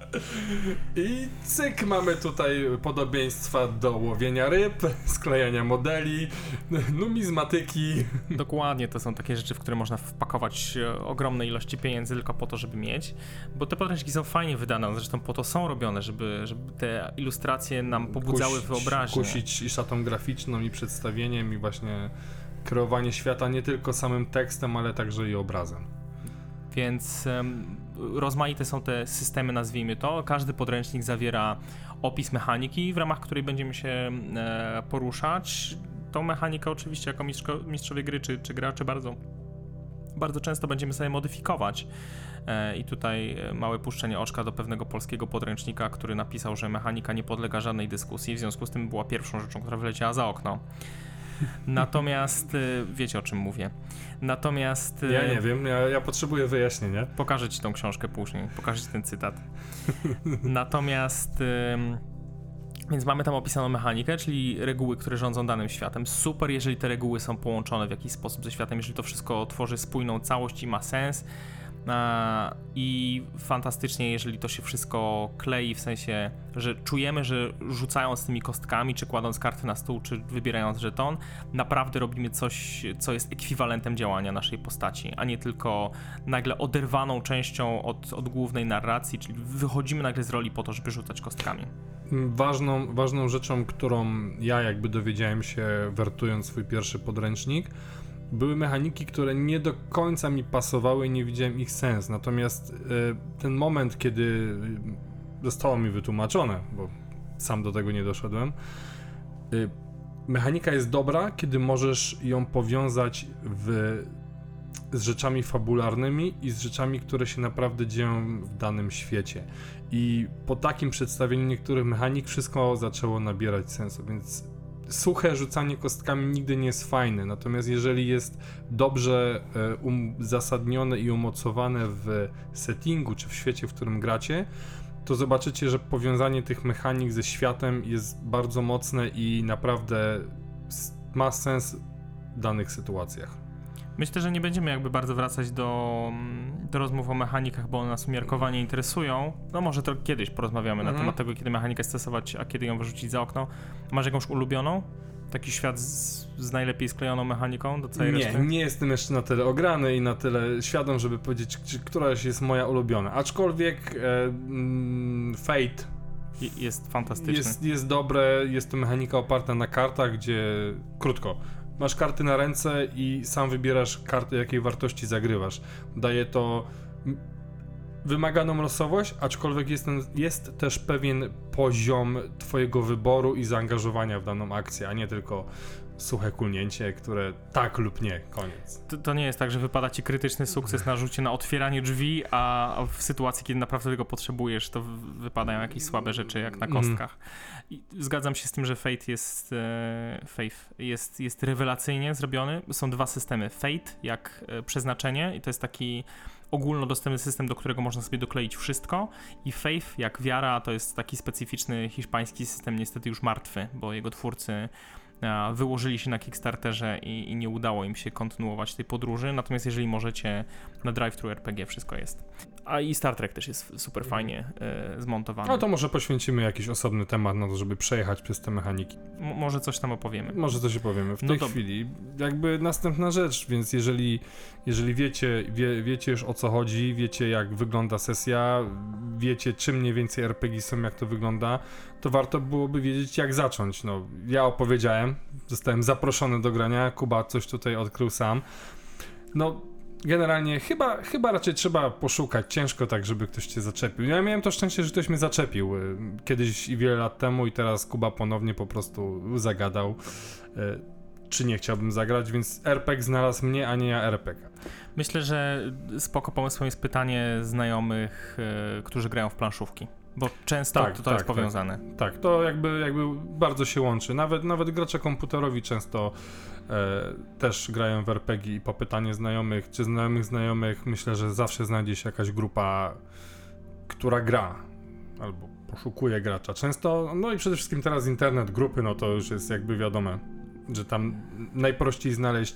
I cyk, mamy tutaj podobieństwa do łowienia ryb, sklejania modeli, numizmatyki. Dokładnie, to są takie rzeczy, w które można wpakować ogromne ilości pieniędzy tylko po to, żeby mieć, bo te podręczniki są fajnie wydane, zresztą po to są robione, żeby te ilustracje nam pobudzały wyobraźnię. Kusić i szatą graficzną, i przedstawieniem, i właśnie kreowanie świata nie tylko samym tekstem, ale także i obrazem. Więc rozmaite są te systemy, nazwijmy to. Każdy podręcznik zawiera opis mechaniki, w ramach której będziemy się poruszać. Tą mechanikę oczywiście jako mistrzowie gry czy gracze bardzo często będziemy sobie modyfikować. I tutaj małe puszczenie oczka do pewnego polskiego podręcznika, który napisał, że mechanika nie podlega żadnej dyskusji, w związku z tym była pierwszą rzeczą, która wyleciała za okno. Natomiast wiecie, o czym mówię. Natomiast ja nie wiem, ja potrzebuję wyjaśnienia. Pokażę ci tą książkę później, pokażę ci ten cytat. Natomiast więc mamy tam opisaną mechanikę, czyli reguły, które rządzą danym światem. Super, jeżeli te reguły są połączone w jakiś sposób ze światem, jeżeli to wszystko tworzy spójną całość i ma sens. I fantastycznie, jeżeli to się wszystko klei, w sensie, że czujemy, że rzucając tymi kostkami, czy kładąc karty na stół, czy wybierając żeton, naprawdę robimy coś, co jest ekwiwalentem działania naszej postaci, a nie tylko nagle oderwaną częścią od głównej narracji, czyli wychodzimy nagle z roli po to, żeby rzucać kostkami. Ważną rzeczą, którą ja jakby dowiedziałem się, wertując swój pierwszy podręcznik, były mechaniki, które nie do końca mi pasowały i nie widziałem ich sens. Natomiast ten moment, kiedy zostało mi wytłumaczone, bo sam do tego nie doszedłem, mechanika jest dobra, kiedy możesz ją powiązać z rzeczami fabularnymi i z rzeczami, które się naprawdę dzieją w danym świecie. I po takim przedstawieniu niektórych mechanik wszystko zaczęło nabierać sensu, więc suche rzucanie kostkami nigdy nie jest fajne, natomiast jeżeli jest dobrze uzasadnione i umocowane w settingu czy w świecie, w którym gracie, to zobaczycie, że powiązanie tych mechanik ze światem jest bardzo mocne i naprawdę ma sens w danych sytuacjach. Myślę, że nie będziemy jakby bardzo wracać do rozmów o mechanikach, bo one nas umiarkowanie interesują. No może to kiedyś porozmawiamy na temat tego, kiedy mechanikę stosować, a kiedy ją wyrzucić za okno. Masz jakąś ulubioną? Taki świat z najlepiej sklejoną mechaniką do całej reszty? Nie jestem jeszcze na tyle ograny i na tyle świadom, żeby powiedzieć, któraś jest moja ulubiona. Aczkolwiek Fate jest fantastyczny. Jest dobre, jest to mechanika oparta na kartach, gdzie krótko. Masz karty na ręce i sam wybierasz karty, jakiej wartości zagrywasz. Daje to wymaganą losowość, aczkolwiek jest też pewien poziom twojego wyboru i zaangażowania w daną akcję, a nie tylko suche kulnięcie, które tak lub nie, koniec. To nie jest tak, że wypada ci krytyczny sukces na rzucie na otwieranie drzwi, a w sytuacji, kiedy naprawdę tego potrzebujesz, to wypadają jakieś słabe rzeczy, jak na kostkach. I zgadzam się z tym, że Fate jest rewelacyjnie zrobiony. Są dwa systemy. Fate jak przeznaczenie i to jest taki ogólnodostępny system, do którego można sobie dokleić wszystko, i Faith jak wiara to jest taki specyficzny hiszpański system, niestety już martwy, bo jego twórcy wyłożyli się na Kickstarterze i nie udało im się kontynuować tej podróży, natomiast jeżeli możecie, na Drive-Thru RPG wszystko jest. A i Star Trek też jest super fajnie zmontowany. No to może poświęcimy jakiś osobny temat na to, żeby przejechać przez te mechaniki. Może coś tam opowiemy. Może coś opowiemy. W tej chwili jakby następna rzecz, więc jeżeli wiecie już o co chodzi, wiecie jak wygląda sesja, wiecie czym mniej więcej RPG są, jak to wygląda, to warto byłoby wiedzieć jak zacząć. No, ja opowiedziałem, zostałem zaproszony do grania, Kuba coś tutaj odkrył sam. No generalnie chyba raczej trzeba poszukać, ciężko tak, żeby ktoś cię zaczepił. Ja miałem to szczęście, że ktoś mnie zaczepił kiedyś i wiele lat temu i teraz Kuba ponownie po prostu zagadał, czy nie chciałbym zagrać, więc RPG znalazł mnie, a nie ja RPG. Myślę, że spoko pomysłem jest pytanie znajomych, którzy grają w planszówki. Bo często to jest powiązane. Tak, to jakby bardzo się łączy. Nawet gracze komputerowi często też grają w RPG i po pytanie znajomych czy znajomych myślę, że zawsze znajdzie się jakaś grupa, która gra albo poszukuje gracza. Często, no i przede wszystkim teraz internet, grupy, no to już jest jakby wiadome, że tam najprościej znaleźć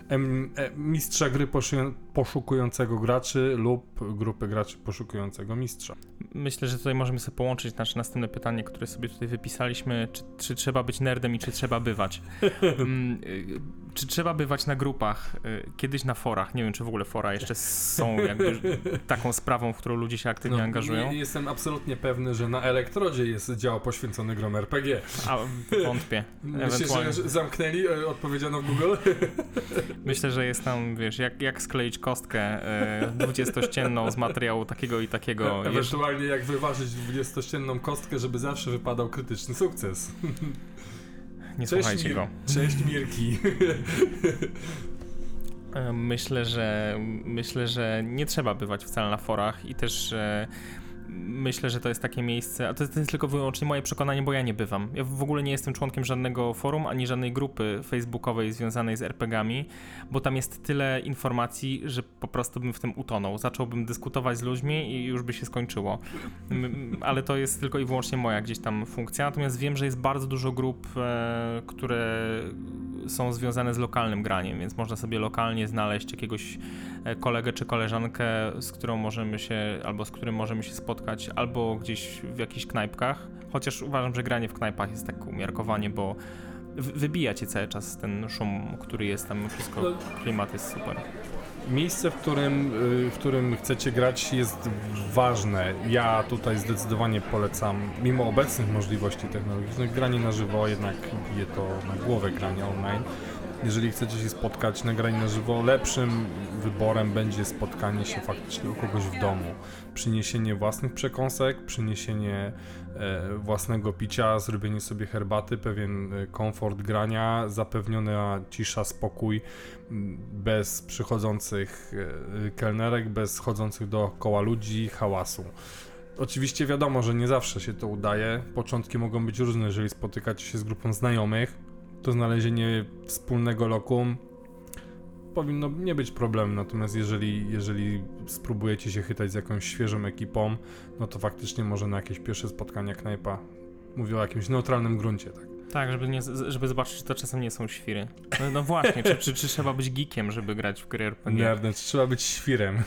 mistrza gry poszukującego graczy lub grupy graczy poszukującego mistrza. Myślę, że tutaj możemy sobie połączyć nasze następne pytanie, które sobie tutaj wypisaliśmy, czy trzeba być nerdem i czy trzeba bywać. Czy trzeba bywać na grupach, kiedyś na forach, nie wiem czy w ogóle fora jeszcze są jakby taką sprawą, w którą ludzie się aktywnie angażują. Jestem absolutnie pewny, że na Elektrodzie jest dział poświęcony grom RPG. A wątpię. Myślisz, że zamknęli? Odpowiedziano w Google? Myślę, że jest tam, wiesz, jak skleić kostkę 20-ścienną z materiału takiego i takiego. Ewentualnie jak wyważyć 20-ścienną kostkę, żeby zawsze wypadał krytyczny sukces. Nie słuchajcie go. Cześć Mirki. Myślę, że nie trzeba bywać wcale na forach i też myślę, że to jest takie miejsce, a to jest tylko wyłącznie moje przekonanie, bo ja nie bywam. Ja w ogóle nie jestem członkiem żadnego forum, ani żadnej grupy facebookowej związanej z RPG-ami, bo tam jest tyle informacji, że po prostu bym w tym utonął. Zacząłbym dyskutować z ludźmi i już by się skończyło. Ale to jest tylko i wyłącznie moja gdzieś tam funkcja, natomiast wiem, że jest bardzo dużo grup, które są związane z lokalnym graniem, więc można sobie lokalnie znaleźć jakiegoś kolegę czy koleżankę, z którą możemy się, albo z którym możemy się spotkać, albo gdzieś w jakichś knajpkach, chociaż uważam, że granie w knajpach jest tak umiarkowanie, bo wybija cię cały czas ten szum, który jest tam, wszystko, klimat jest super. Miejsce, w którym chcecie grać jest ważne. Ja tutaj zdecydowanie polecam, mimo obecnych możliwości technologicznych, granie na żywo, jednak bije to na głowę granie online. Jeżeli chcecie się spotkać na granie na żywo, lepszym wyborem będzie spotkanie się faktycznie u kogoś w domu. Przyniesienie własnych przekąsek, przyniesienie własnego picia, zrobienie sobie herbaty, pewien komfort grania, zapewniona cisza, spokój, bez przychodzących kelnerek, bez chodzących dookoła ludzi, hałasu. Oczywiście wiadomo, że nie zawsze się to udaje. Początki mogą być różne, jeżeli spotykacie się z grupą znajomych, to znalezienie wspólnego lokum powinno nie być problemem, natomiast jeżeli spróbujecie się chytać z jakąś świeżą ekipą, no to faktycznie może na jakieś pierwsze spotkania knajpa, mówię o jakimś neutralnym gruncie, tak? Tak, żeby zobaczyć, czy to czasem nie są świry. No właśnie, czy trzeba być geekiem, żeby grać w gry RPG? Nerdem, czy trzeba być świrem?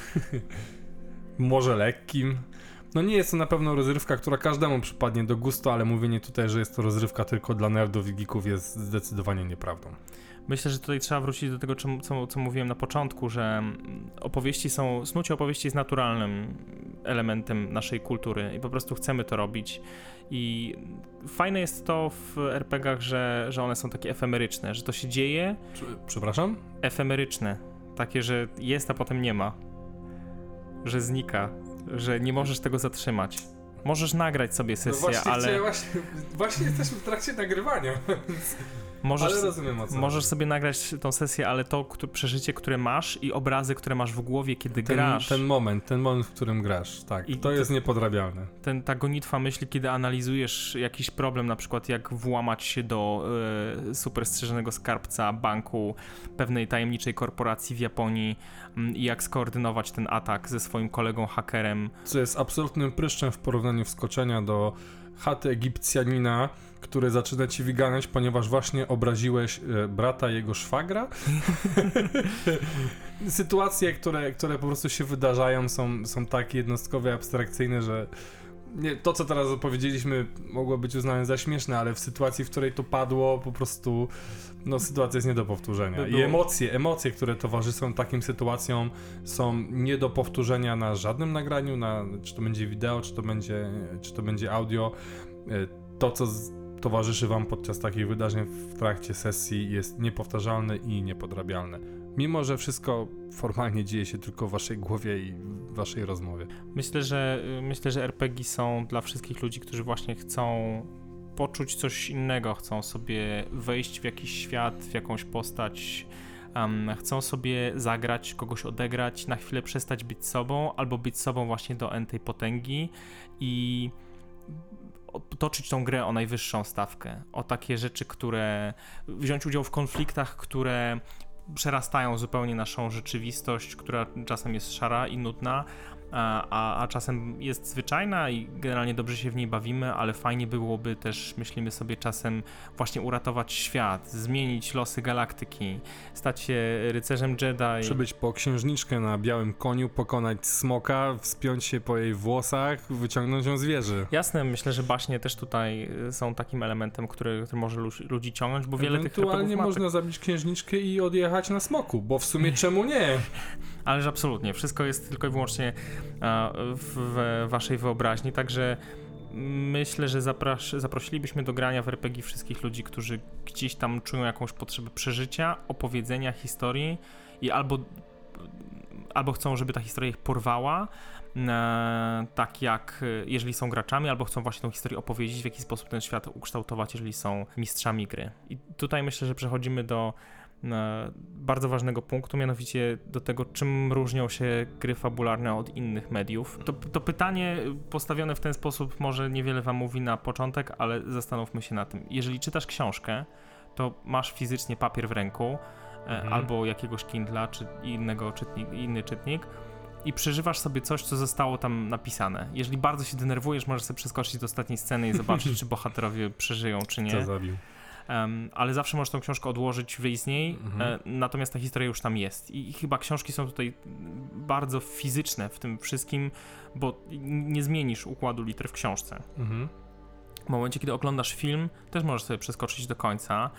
Może lekkim? No nie jest to na pewno rozrywka, która każdemu przypadnie do gustu, ale mówienie tutaj, że jest to rozrywka tylko dla nerdów i geeków jest zdecydowanie nieprawdą. Myślę, że tutaj trzeba wrócić do tego, co mówiłem na początku, że snucie opowieści jest naturalnym elementem naszej kultury i po prostu chcemy to robić. I fajne jest to w RPG-ach, że one są takie efemeryczne, że to się dzieje. Przepraszam? Efemeryczne. Takie, że jest, a potem nie ma. Że znika. Że nie możesz tego zatrzymać. Możesz nagrać sobie sesję, no ale... Właśnie jesteśmy w trakcie nagrywania, więc... Ale rozumiem, o co możesz sobie nagrać tą sesję, ale to przeżycie, które masz i obrazy, które masz w głowie, kiedy grasz. Ten moment, w którym grasz, tak. I to jest niepodrabialne. Ta gonitwa myśli, kiedy analizujesz jakiś problem, na przykład jak włamać się do super strzeżonego skarbca banku pewnej tajemniczej korporacji w Japonii i jak skoordynować ten atak ze swoim kolegą hakerem. Co jest absolutnym pryszczem w porównaniu wskoczenia do chaty Egipcjanina, który zaczyna ci wyganiać, ponieważ właśnie obraziłeś brata jego szwagra. Sytuacje, które po prostu się wydarzają, są tak jednostkowe, abstrakcyjne, że to, co teraz opowiedzieliśmy, mogło być uznane za śmieszne, ale w sytuacji, w której to padło, po prostu sytuacja jest nie do powtórzenia. I emocje, które towarzyszą takim sytuacjom, są nie do powtórzenia na żadnym nagraniu, czy to będzie wideo, czy to będzie audio. To, co towarzyszy wam podczas takich wydarzeń w trakcie sesji, jest niepowtarzalne i niepodrabialne. Mimo że wszystko formalnie dzieje się tylko w waszej głowie i w waszej rozmowie. Myślę, że RPG są dla wszystkich ludzi, którzy właśnie chcą poczuć coś innego, chcą sobie wejść w jakiś świat, w jakąś postać, chcą sobie zagrać, kogoś odegrać, na chwilę przestać być sobą, albo być sobą właśnie do n-tej potęgi i toczyć tą grę o najwyższą stawkę, o takie rzeczy, wziąć udział w konfliktach, które przerastają zupełnie naszą rzeczywistość, która czasem jest szara i nudna, a czasem jest zwyczajna i generalnie dobrze się w niej bawimy, ale fajnie byłoby też, myślimy sobie, czasem właśnie uratować świat, zmienić losy galaktyki, stać się rycerzem Jedi. Przybyć po księżniczkę na białym koniu, pokonać smoka, wspiąć się po jej włosach, wyciągnąć ją z wieży. Jasne, myślę, że baśnie też tutaj są takim elementem, który może ludzi ciągnąć, bo wiele tych Ewentualnie można zabić księżniczkę i odjechać na smoku, bo w sumie czemu nie? Ależ absolutnie, wszystko jest tylko i wyłącznie w waszej wyobraźni, także myślę, że zaprosilibyśmy do grania w RPG wszystkich ludzi, którzy gdzieś tam czują jakąś potrzebę przeżycia, opowiedzenia historii i albo chcą, żeby ta historia ich porwała, tak jak jeżeli są graczami, albo chcą właśnie tą historię opowiedzieć, w jaki sposób ten świat ukształtować, jeżeli są mistrzami gry. I tutaj myślę, że przechodzimy do bardzo ważnego punktu, mianowicie do tego, czym różnią się gry fabularne od innych mediów. To pytanie postawione w ten sposób może niewiele wam mówi na początek, ale zastanówmy się na tym. Jeżeli czytasz książkę, to masz fizycznie papier w ręku, albo jakiegoś Kindla, czy inny czytnik i przeżywasz sobie coś, co zostało tam napisane. Jeżeli bardzo się denerwujesz, możesz sobie przeskoczyć do ostatniej sceny i zobaczyć, czy bohaterowie przeżyją, czy nie. Co zabił. Ale zawsze możesz tą książkę odłożyć, wyjść z niej, natomiast ta historia już tam jest. I chyba książki są tutaj bardzo fizyczne w tym wszystkim, bo nie zmienisz układu liter w książce. W momencie, kiedy oglądasz film, też możesz sobie przeskoczyć do końca,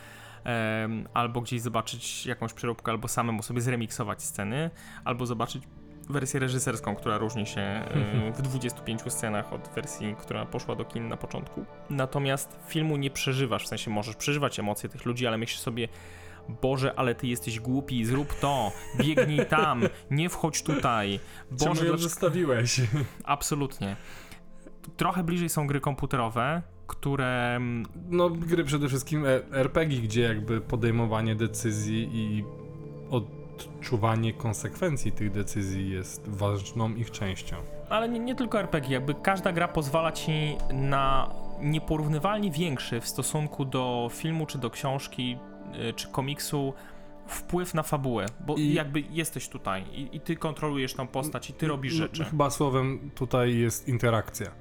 albo gdzieś zobaczyć jakąś przeróbkę, albo samemu sobie zremiksować sceny, albo zobaczyć wersję reżyserską, która różni się w 25 scenach od wersji, która poszła do kin na początku. Natomiast filmu nie przeżywasz, w sensie możesz przeżywać emocje tych ludzi, ale myślisz sobie, Boże, ale ty jesteś głupi, zrób to, biegnij tam, nie wchodź tutaj. Boże, czemu ją zostawiłeś? Absolutnie. Trochę bliżej są gry komputerowe, które... No, gry przede wszystkim RPG, gdzie jakby podejmowanie decyzji i odczuwanie konsekwencji tych decyzji jest ważną ich częścią. Ale nie tylko RPG, jakby każda gra pozwala ci na nieporównywalnie większy w stosunku do filmu, czy do książki, czy komiksu wpływ na fabułę, bo jakby jesteś tutaj i ty kontrolujesz tą postać i ty robisz rzeczy. Chyba słowem tutaj jest interakcja,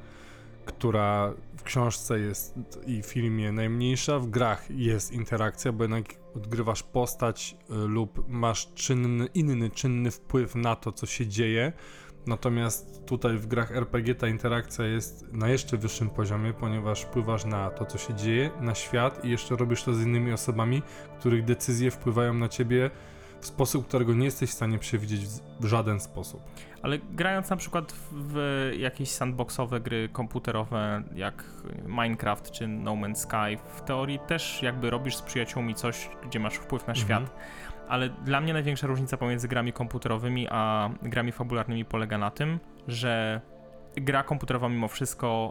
która w książce jest i w filmie najmniejsza, w grach jest interakcja, bo jednak odgrywasz postać lub masz inny czynny wpływ na to, co się dzieje. Natomiast tutaj w grach RPG ta interakcja jest na jeszcze wyższym poziomie, ponieważ wpływasz na to, co się dzieje, na świat i jeszcze robisz to z innymi osobami, których decyzje wpływają na ciebie w sposób, którego nie jesteś w stanie przewidzieć w żaden sposób. Ale grając na przykład w jakieś sandboxowe gry komputerowe jak Minecraft czy No Man's Sky, w teorii też jakby robisz z przyjaciółmi coś, gdzie masz wpływ na świat. Ale dla mnie największa różnica pomiędzy grami komputerowymi a grami fabularnymi polega na tym, że gra komputerowa mimo wszystko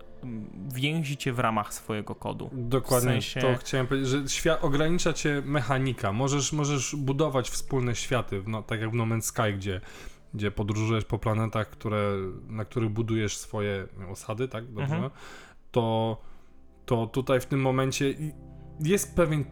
więzi cię w ramach swojego kodu. Dokładnie, w sensie... to chciałem powiedzieć, że ogranicza cię mechanika. Możesz budować wspólne światy, no, tak jak w No Man's Sky, gdzie podróżujesz po planetach, na których budujesz swoje osady, tak? Dobrze? To tutaj w tym momencie jest pewien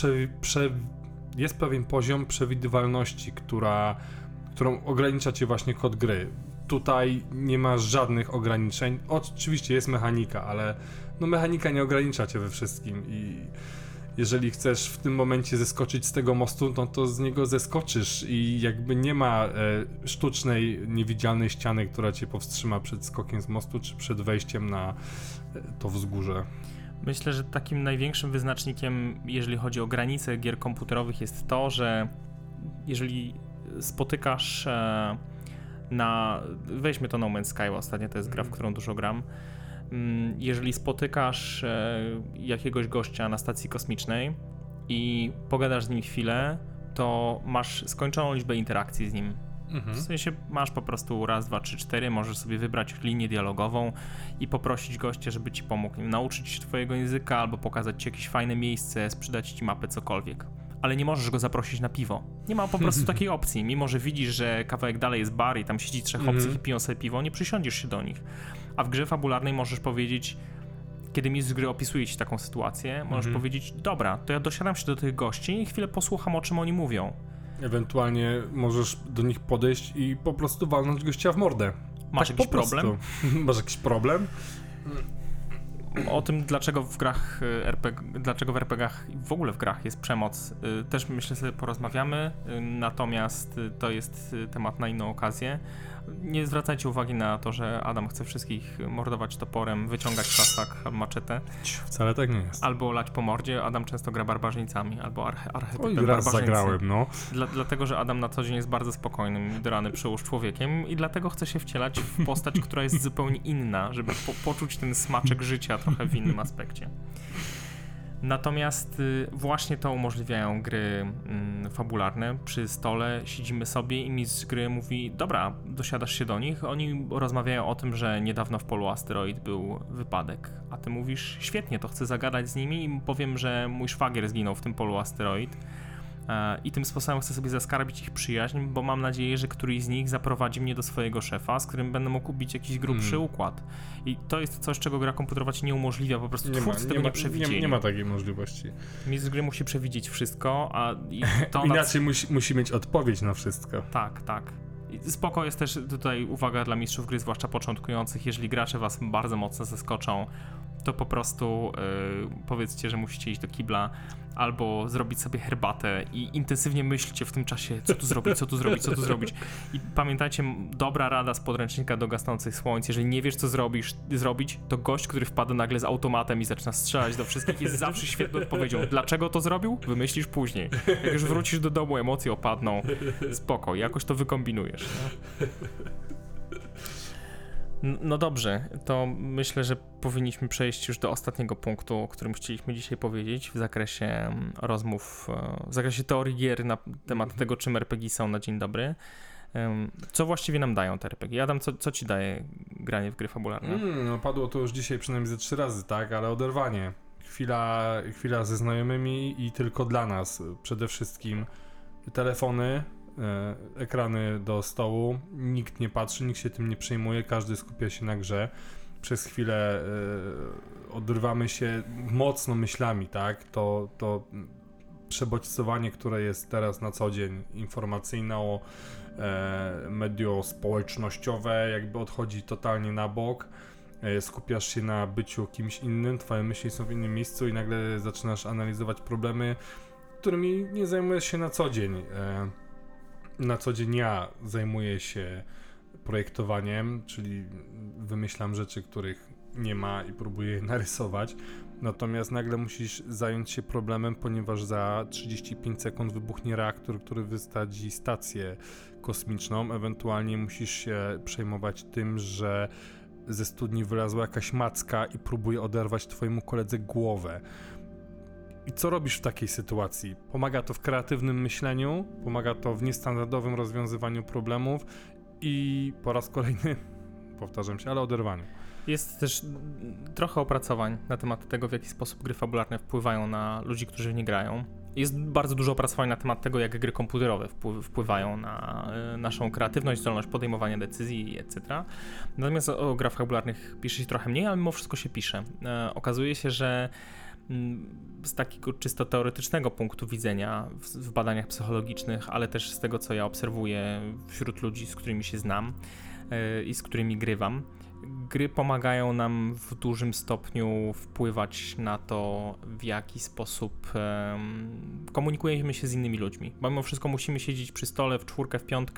poziom przewidywalności, którą ogranicza cię właśnie kod gry. Tutaj nie masz żadnych ograniczeń. Oczywiście jest mechanika, ale no mechanika nie ogranicza cię we wszystkim i jeżeli chcesz w tym momencie zeskoczyć z tego mostu, no to z niego zeskoczysz i jakby nie ma sztucznej, niewidzialnej ściany, która cię powstrzyma przed skokiem z mostu czy przed wejściem na to wzgórze. Myślę, że takim największym wyznacznikiem, jeżeli chodzi o granice gier komputerowych, jest to, że jeżeli spotykasz weźmy to No Man's Sky, ostatnio to jest gra, w którą dużo gram. Jeżeli spotykasz jakiegoś gościa na stacji kosmicznej i pogadasz z nim chwilę, to masz skończoną liczbę interakcji z nim. W sensie masz po prostu raz, dwa, trzy, cztery, możesz sobie wybrać linię dialogową i poprosić gościa, żeby ci pomógł nauczyć się twojego języka albo pokazać ci jakieś fajne miejsce, sprzedać ci mapę, cokolwiek. Ale nie możesz go zaprosić na piwo. Nie ma po prostu takiej opcji. Mimo że widzisz, że kawałek dalej jest bar i tam siedzi trzech obcych i piją sobie piwo, nie przysiądziesz się do nich. A w grze fabularnej możesz powiedzieć, kiedy mistrz gry opisuje ci taką sytuację, możesz powiedzieć, dobra, to ja dosiadam się do tych gości i chwilę posłucham, o czym oni mówią. Ewentualnie możesz do nich podejść i po prostu walnąć gościa w mordę. Masz Tak jakiś po prostu. problem? Masz jakiś problem? O tym, dlaczego w grach dlaczego w RPGach i w ogóle w grach jest przemoc, też myślę sobie porozmawiamy, natomiast to jest temat na inną okazję. Nie zwracajcie uwagi na to, że Adam chce wszystkich mordować toporem, wyciągać szlak albo maczetę. Wcale tak nie jest. Albo lać po mordzie. Adam często gra barbarzyńcami, albo archetypem Oj, raz barbarzyńcy. zagrałem, no. Dlatego, że Adam na co dzień jest bardzo spokojnym, do rany przyłóż człowiekiem i dlatego chce się wcielać w postać, która jest zupełnie inna, żeby poczuć ten smaczek życia trochę w innym aspekcie. Natomiast właśnie to umożliwiają gry fabularne. Przy stole siedzimy sobie i mistrz gry mówi: dobra, dosiadasz się do nich. Oni rozmawiają o tym, że niedawno w polu Asteroid był wypadek. A ty mówisz: świetnie, to chcę zagadać z nimi i powiem, że mój szwagier zginął w tym polu Asteroid. I tym sposobem chcę sobie zaskarbić ich przyjaźń, bo mam nadzieję, że któryś z nich zaprowadzi mnie do swojego szefa, z którym będę mógł kupić jakiś grubszy układ. I to jest coś, czego gra komputerowa ci nie umożliwia, po prostu twórcy tego nie przewidzieli. Nie ma takiej możliwości. Mistrz gry musi przewidzieć wszystko, a to inaczej musi mieć odpowiedź na wszystko. Tak. I spoko jest też tutaj uwaga dla mistrzów gry, zwłaszcza początkujących, jeżeli gracze was bardzo mocno zaskoczą, to po prostu powiedzcie, że musicie iść do kibla albo zrobić sobie herbatę i intensywnie myślcie w tym czasie, co tu zrobić. I pamiętajcie, dobra rada z podręcznika do gasnących słońc: jeżeli nie wiesz, co zrobić, to gość, który wpada nagle z automatem i zaczyna strzelać do wszystkich, jest zawsze świetną odpowiedzią. Dlaczego to zrobił? Wymyślisz później. Jak już wrócisz do domu, emocje opadną, spoko, jakoś to wykombinujesz. No? No dobrze, to myślę, że powinniśmy przejść już do ostatniego punktu, o którym chcieliśmy dzisiaj powiedzieć w zakresie rozmów, w zakresie teorii gier na temat tego, czym RPG są na dzień dobry. Co właściwie nam dają te RPG? Adam, co ci daje granie w gry fabularne? No padło to już dzisiaj przynajmniej ze 3 razy, tak, ale oderwanie. Chwila ze znajomymi i tylko dla nas. Przede wszystkim telefony, ekrany do stołu, nikt nie patrzy, nikt się tym nie przejmuje, każdy skupia się na grze. Przez chwilę odrywamy się mocno myślami, tak? To przebodźcowanie, które jest teraz na co dzień, informacyjne, medio społecznościowe, jakby odchodzi totalnie na bok. Skupiasz się na byciu kimś innym, twoje myśli są w innym miejscu i nagle zaczynasz analizować problemy, którymi nie zajmujesz się na co dzień. Na co dzień ja zajmuję się projektowaniem, czyli wymyślam rzeczy, których nie ma i próbuję je narysować. Natomiast nagle musisz zająć się problemem, ponieważ za 35 sekund wybuchnie reaktor, który wystadzi stację kosmiczną. Ewentualnie musisz się przejmować tym, że ze studni wylazła jakaś macka i próbuje oderwać twojemu koledze głowę. I co robisz w takiej sytuacji? Pomaga to w kreatywnym myśleniu, pomaga to w niestandardowym rozwiązywaniu problemów i po raz kolejny, powtarzam się, ale oderwaniu. Jest też trochę opracowań na temat tego, w jaki sposób gry fabularne wpływają na ludzi, którzy w nie grają. Jest bardzo dużo opracowań na temat tego, jak gry komputerowe wpływają na naszą kreatywność, zdolność podejmowania decyzji, etc. Natomiast o grach fabularnych pisze się trochę mniej, ale mimo wszystko się pisze. Okazuje się, że z takiego czysto teoretycznego punktu widzenia w badaniach psychologicznych, ale też z tego, co ja obserwuję wśród ludzi, z którymi się znam i z którymi grywam, gry pomagają nam w dużym stopniu wpływać na to, w jaki sposób komunikujemy się z innymi ludźmi. Bo mimo wszystko musimy siedzieć przy stole w 4, w 5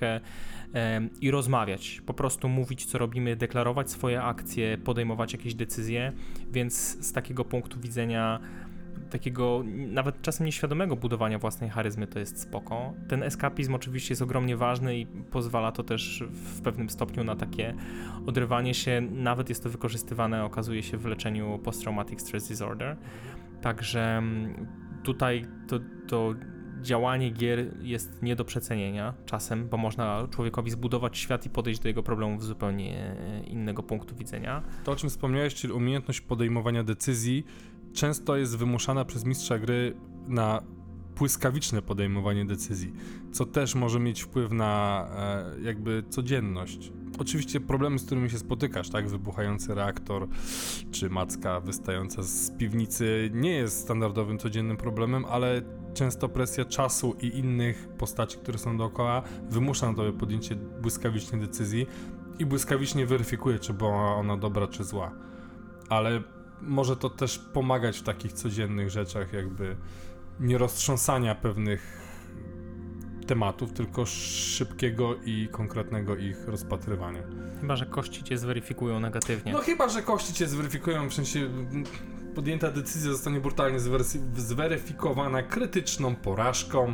i rozmawiać. Po prostu mówić, co robimy, deklarować swoje akcje, podejmować jakieś decyzje, więc z takiego punktu widzenia takiego nawet czasem nieświadomego budowania własnej charyzmy to jest spoko. Ten eskapizm oczywiście jest ogromnie ważny i pozwala to też w pewnym stopniu na takie odrywanie się. Nawet jest to wykorzystywane, okazuje się, w leczeniu post-traumatic stress disorder. Także tutaj to działanie gier jest nie do przecenienia czasem, bo można człowiekowi zbudować świat i podejść do jego problemów z zupełnie innego punktu widzenia. To, o czym wspomniałeś, czyli umiejętność podejmowania decyzji, często jest wymuszana przez mistrza gry na błyskawiczne podejmowanie decyzji, co też może mieć wpływ na jakby codzienność. Oczywiście problemy, z którymi się spotykasz, tak, wybuchający reaktor czy macka wystająca z piwnicy nie jest standardowym, codziennym problemem, ale często presja czasu i innych postaci, które są dookoła, wymusza na tobie podjęcie błyskawicznej decyzji i błyskawicznie weryfikuje, czy była ona dobra, czy zła. Ale może to też pomagać w takich codziennych rzeczach, jakby nie roztrząsania pewnych tematów, tylko szybkiego i konkretnego ich rozpatrywania. Chyba że kości cię zweryfikują negatywnie. No chyba że kości cię zweryfikują, w sensie podjęta decyzja zostanie brutalnie zweryfikowana krytyczną porażką.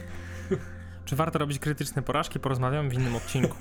Czy warto robić krytyczne porażki? Porozmawiamy w innym odcinku.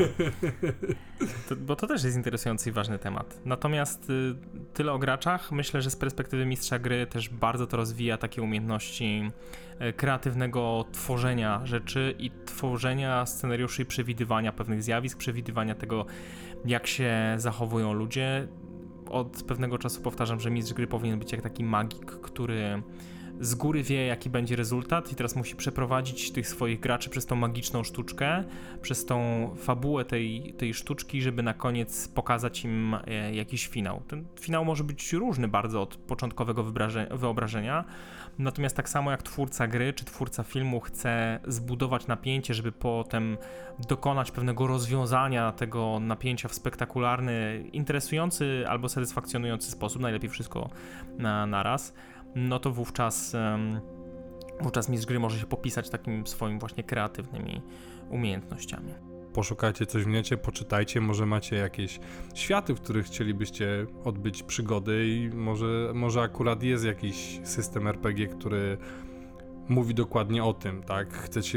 Bo to też jest interesujący i ważny temat. Natomiast tyle o graczach. Myślę, że z perspektywy mistrza gry też bardzo to rozwija takie umiejętności kreatywnego tworzenia rzeczy i tworzenia scenariuszy i przewidywania pewnych zjawisk, przewidywania tego, jak się zachowują ludzie. Od pewnego czasu powtarzam, że mistrz gry powinien być jak taki magik, który z góry wie, jaki będzie rezultat i teraz musi przeprowadzić tych swoich graczy przez tą magiczną sztuczkę, przez tą fabułę tej sztuczki, żeby na koniec pokazać im jakiś finał. Ten finał może być różny bardzo od początkowego wyobrażenia, natomiast tak samo jak twórca gry czy twórca filmu chce zbudować napięcie, żeby potem dokonać pewnego rozwiązania tego napięcia w spektakularny, interesujący albo satysfakcjonujący sposób, najlepiej wszystko naraz, no to wówczas mistrz gry może się popisać takim swoim właśnie kreatywnymi umiejętnościami. Poszukajcie coś w necie, poczytajcie, może macie jakieś światy, w których chcielibyście odbyć przygody i może akurat jest jakiś system RPG, który mówi dokładnie o tym, tak?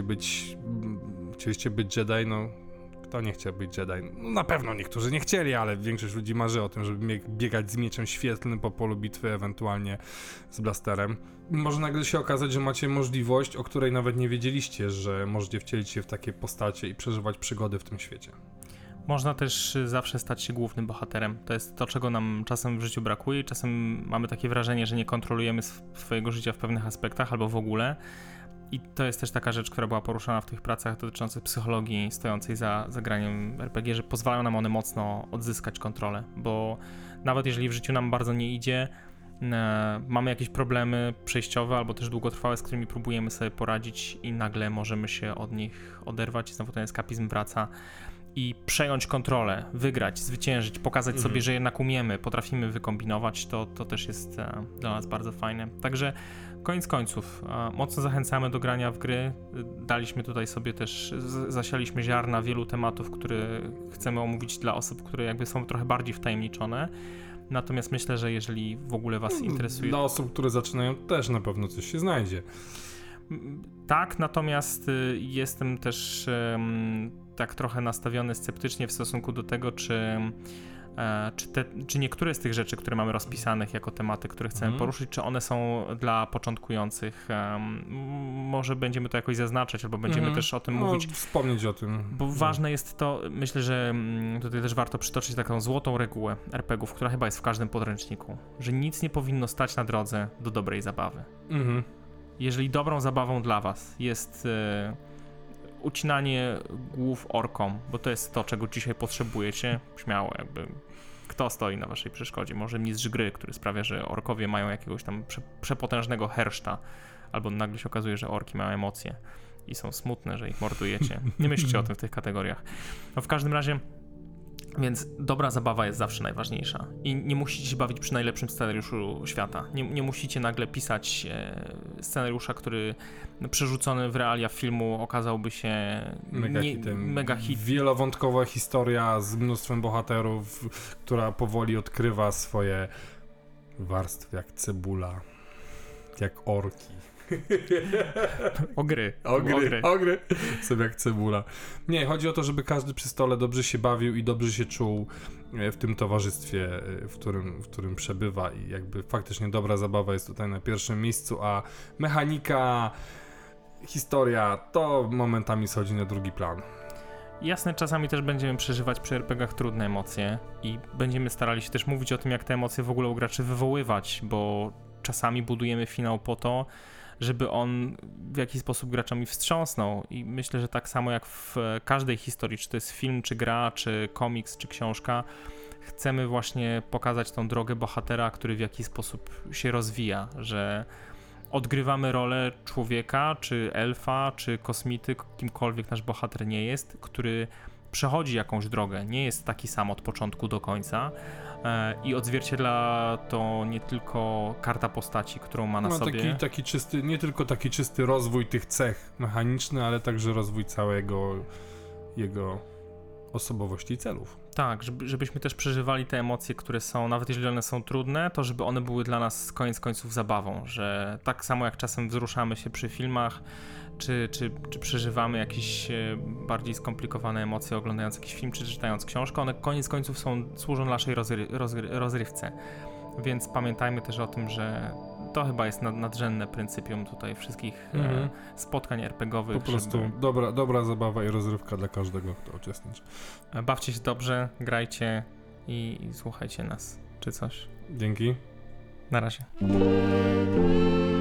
Chcieliście być Jedi, no kto nie chciał być Jedi? No, na pewno niektórzy nie chcieli, ale większość ludzi marzy o tym, żeby biegać z mieczem świetlnym po polu bitwy, ewentualnie z blasterem. Może nagle się okazać, że macie możliwość, o której nawet nie wiedzieliście, że możecie wcielić się w takie postacie i przeżywać przygody w tym świecie. Można też zawsze stać się głównym bohaterem. To jest to, czego nam czasem w życiu brakuje i czasem mamy takie wrażenie, że nie kontrolujemy swojego życia w pewnych aspektach albo w ogóle. I to jest też taka rzecz, która była poruszana w tych pracach dotyczących psychologii stojącej za graniem RPG, że pozwalają nam one mocno odzyskać kontrolę, bo nawet jeżeli w życiu nam bardzo nie idzie, mamy jakieś problemy przejściowe albo też długotrwałe, z którymi próbujemy sobie poradzić i nagle możemy się od nich oderwać i znowu ten eskapizm wraca i przejąć kontrolę, wygrać, zwyciężyć, pokazać sobie, że jednak umiemy, potrafimy wykombinować, to też jest dla nas bardzo fajne. Także koniec końców, mocno zachęcamy do grania w gry. Daliśmy tutaj sobie też, zasialiśmy ziarna wielu tematów, które chcemy omówić dla osób, które jakby są trochę bardziej wtajemniczone. Natomiast myślę, że jeżeli w ogóle was interesuje... Dla osób, które zaczynają, też na pewno coś się znajdzie. Tak, natomiast jestem też tak trochę nastawiony sceptycznie w stosunku do tego, czy niektóre z tych rzeczy, które mamy rozpisanych jako tematy, które chcemy poruszyć, czy one są dla początkujących. Może będziemy to jakoś zaznaczać, albo będziemy też o tym mówić. Wspomnieć o tym. Bo ważne jest to, myślę, że tutaj też warto przytoczyć taką złotą regułę RPG-ów, która chyba jest w każdym podręczniku, że nic nie powinno stać na drodze do dobrej zabawy. Jeżeli dobrą zabawą dla was jest ucinanie głów orkom, bo to jest to, czego dzisiaj potrzebujecie, śmiało jakby kto stoi na waszej przeszkodzie? Może mistrz gry, który sprawia, że orkowie mają jakiegoś tam przepotężnego herszta, albo nagle się okazuje, że orki mają emocje i są smutne, że ich mordujecie. Nie myślcie o tym w tych kategoriach. No w każdym razie, więc dobra zabawa jest zawsze najważniejsza i nie musicie się bawić przy najlepszym scenariuszu świata. Nie musicie nagle pisać scenariusza, który przerzucony w realia filmu okazałby się mega hit. Wielowątkowa historia z mnóstwem bohaterów, która powoli odkrywa swoje warstwy jak cebula, jak orki. Ogry. Sobie jak cebula. Nie, chodzi o to, żeby każdy przy stole dobrze się bawił i dobrze się czuł w tym towarzystwie, w którym przebywa i jakby faktycznie dobra zabawa jest tutaj na pierwszym miejscu, a mechanika, historia to momentami schodzi na drugi plan. Jasne, czasami też będziemy przeżywać przy RPG-ach trudne emocje i będziemy starali się też mówić o tym, jak te emocje w ogóle u graczy wywoływać, bo czasami budujemy finał po to, żeby on w jakiś sposób graczami wstrząsnął i myślę, że tak samo jak w każdej historii, czy to jest film, czy gra, czy komiks, czy książka, chcemy właśnie pokazać tą drogę bohatera, który w jakiś sposób się rozwija, że odgrywamy rolę człowieka, czy elfa, czy kosmity, kimkolwiek nasz bohater nie jest, który przechodzi jakąś drogę, nie jest taki sam od początku do końca i odzwierciedla to nie tylko karta postaci, którą ma na sobie. Taki czysty, nie tylko taki czysty rozwój tych cech mechaniczny, ale także rozwój całego jego osobowości i celów. Tak, żebyśmy też przeżywali te emocje, które są, nawet jeżeli one są trudne, to żeby one były dla nas koniec końców zabawą, że tak samo jak czasem wzruszamy się przy filmach, czy przeżywamy jakieś bardziej skomplikowane emocje oglądając jakiś film, czy czytając książkę, one koniec końców służą naszej rozrywce. Więc pamiętajmy też o tym, że to chyba jest nadrzędne pryncypium tutaj wszystkich spotkań RPG-owych. Po prostu dobra zabawa i rozrywka dla każdego, kto uczestniczy. Bawcie się dobrze, grajcie i słuchajcie nas, czy coś. Dzięki. Na razie.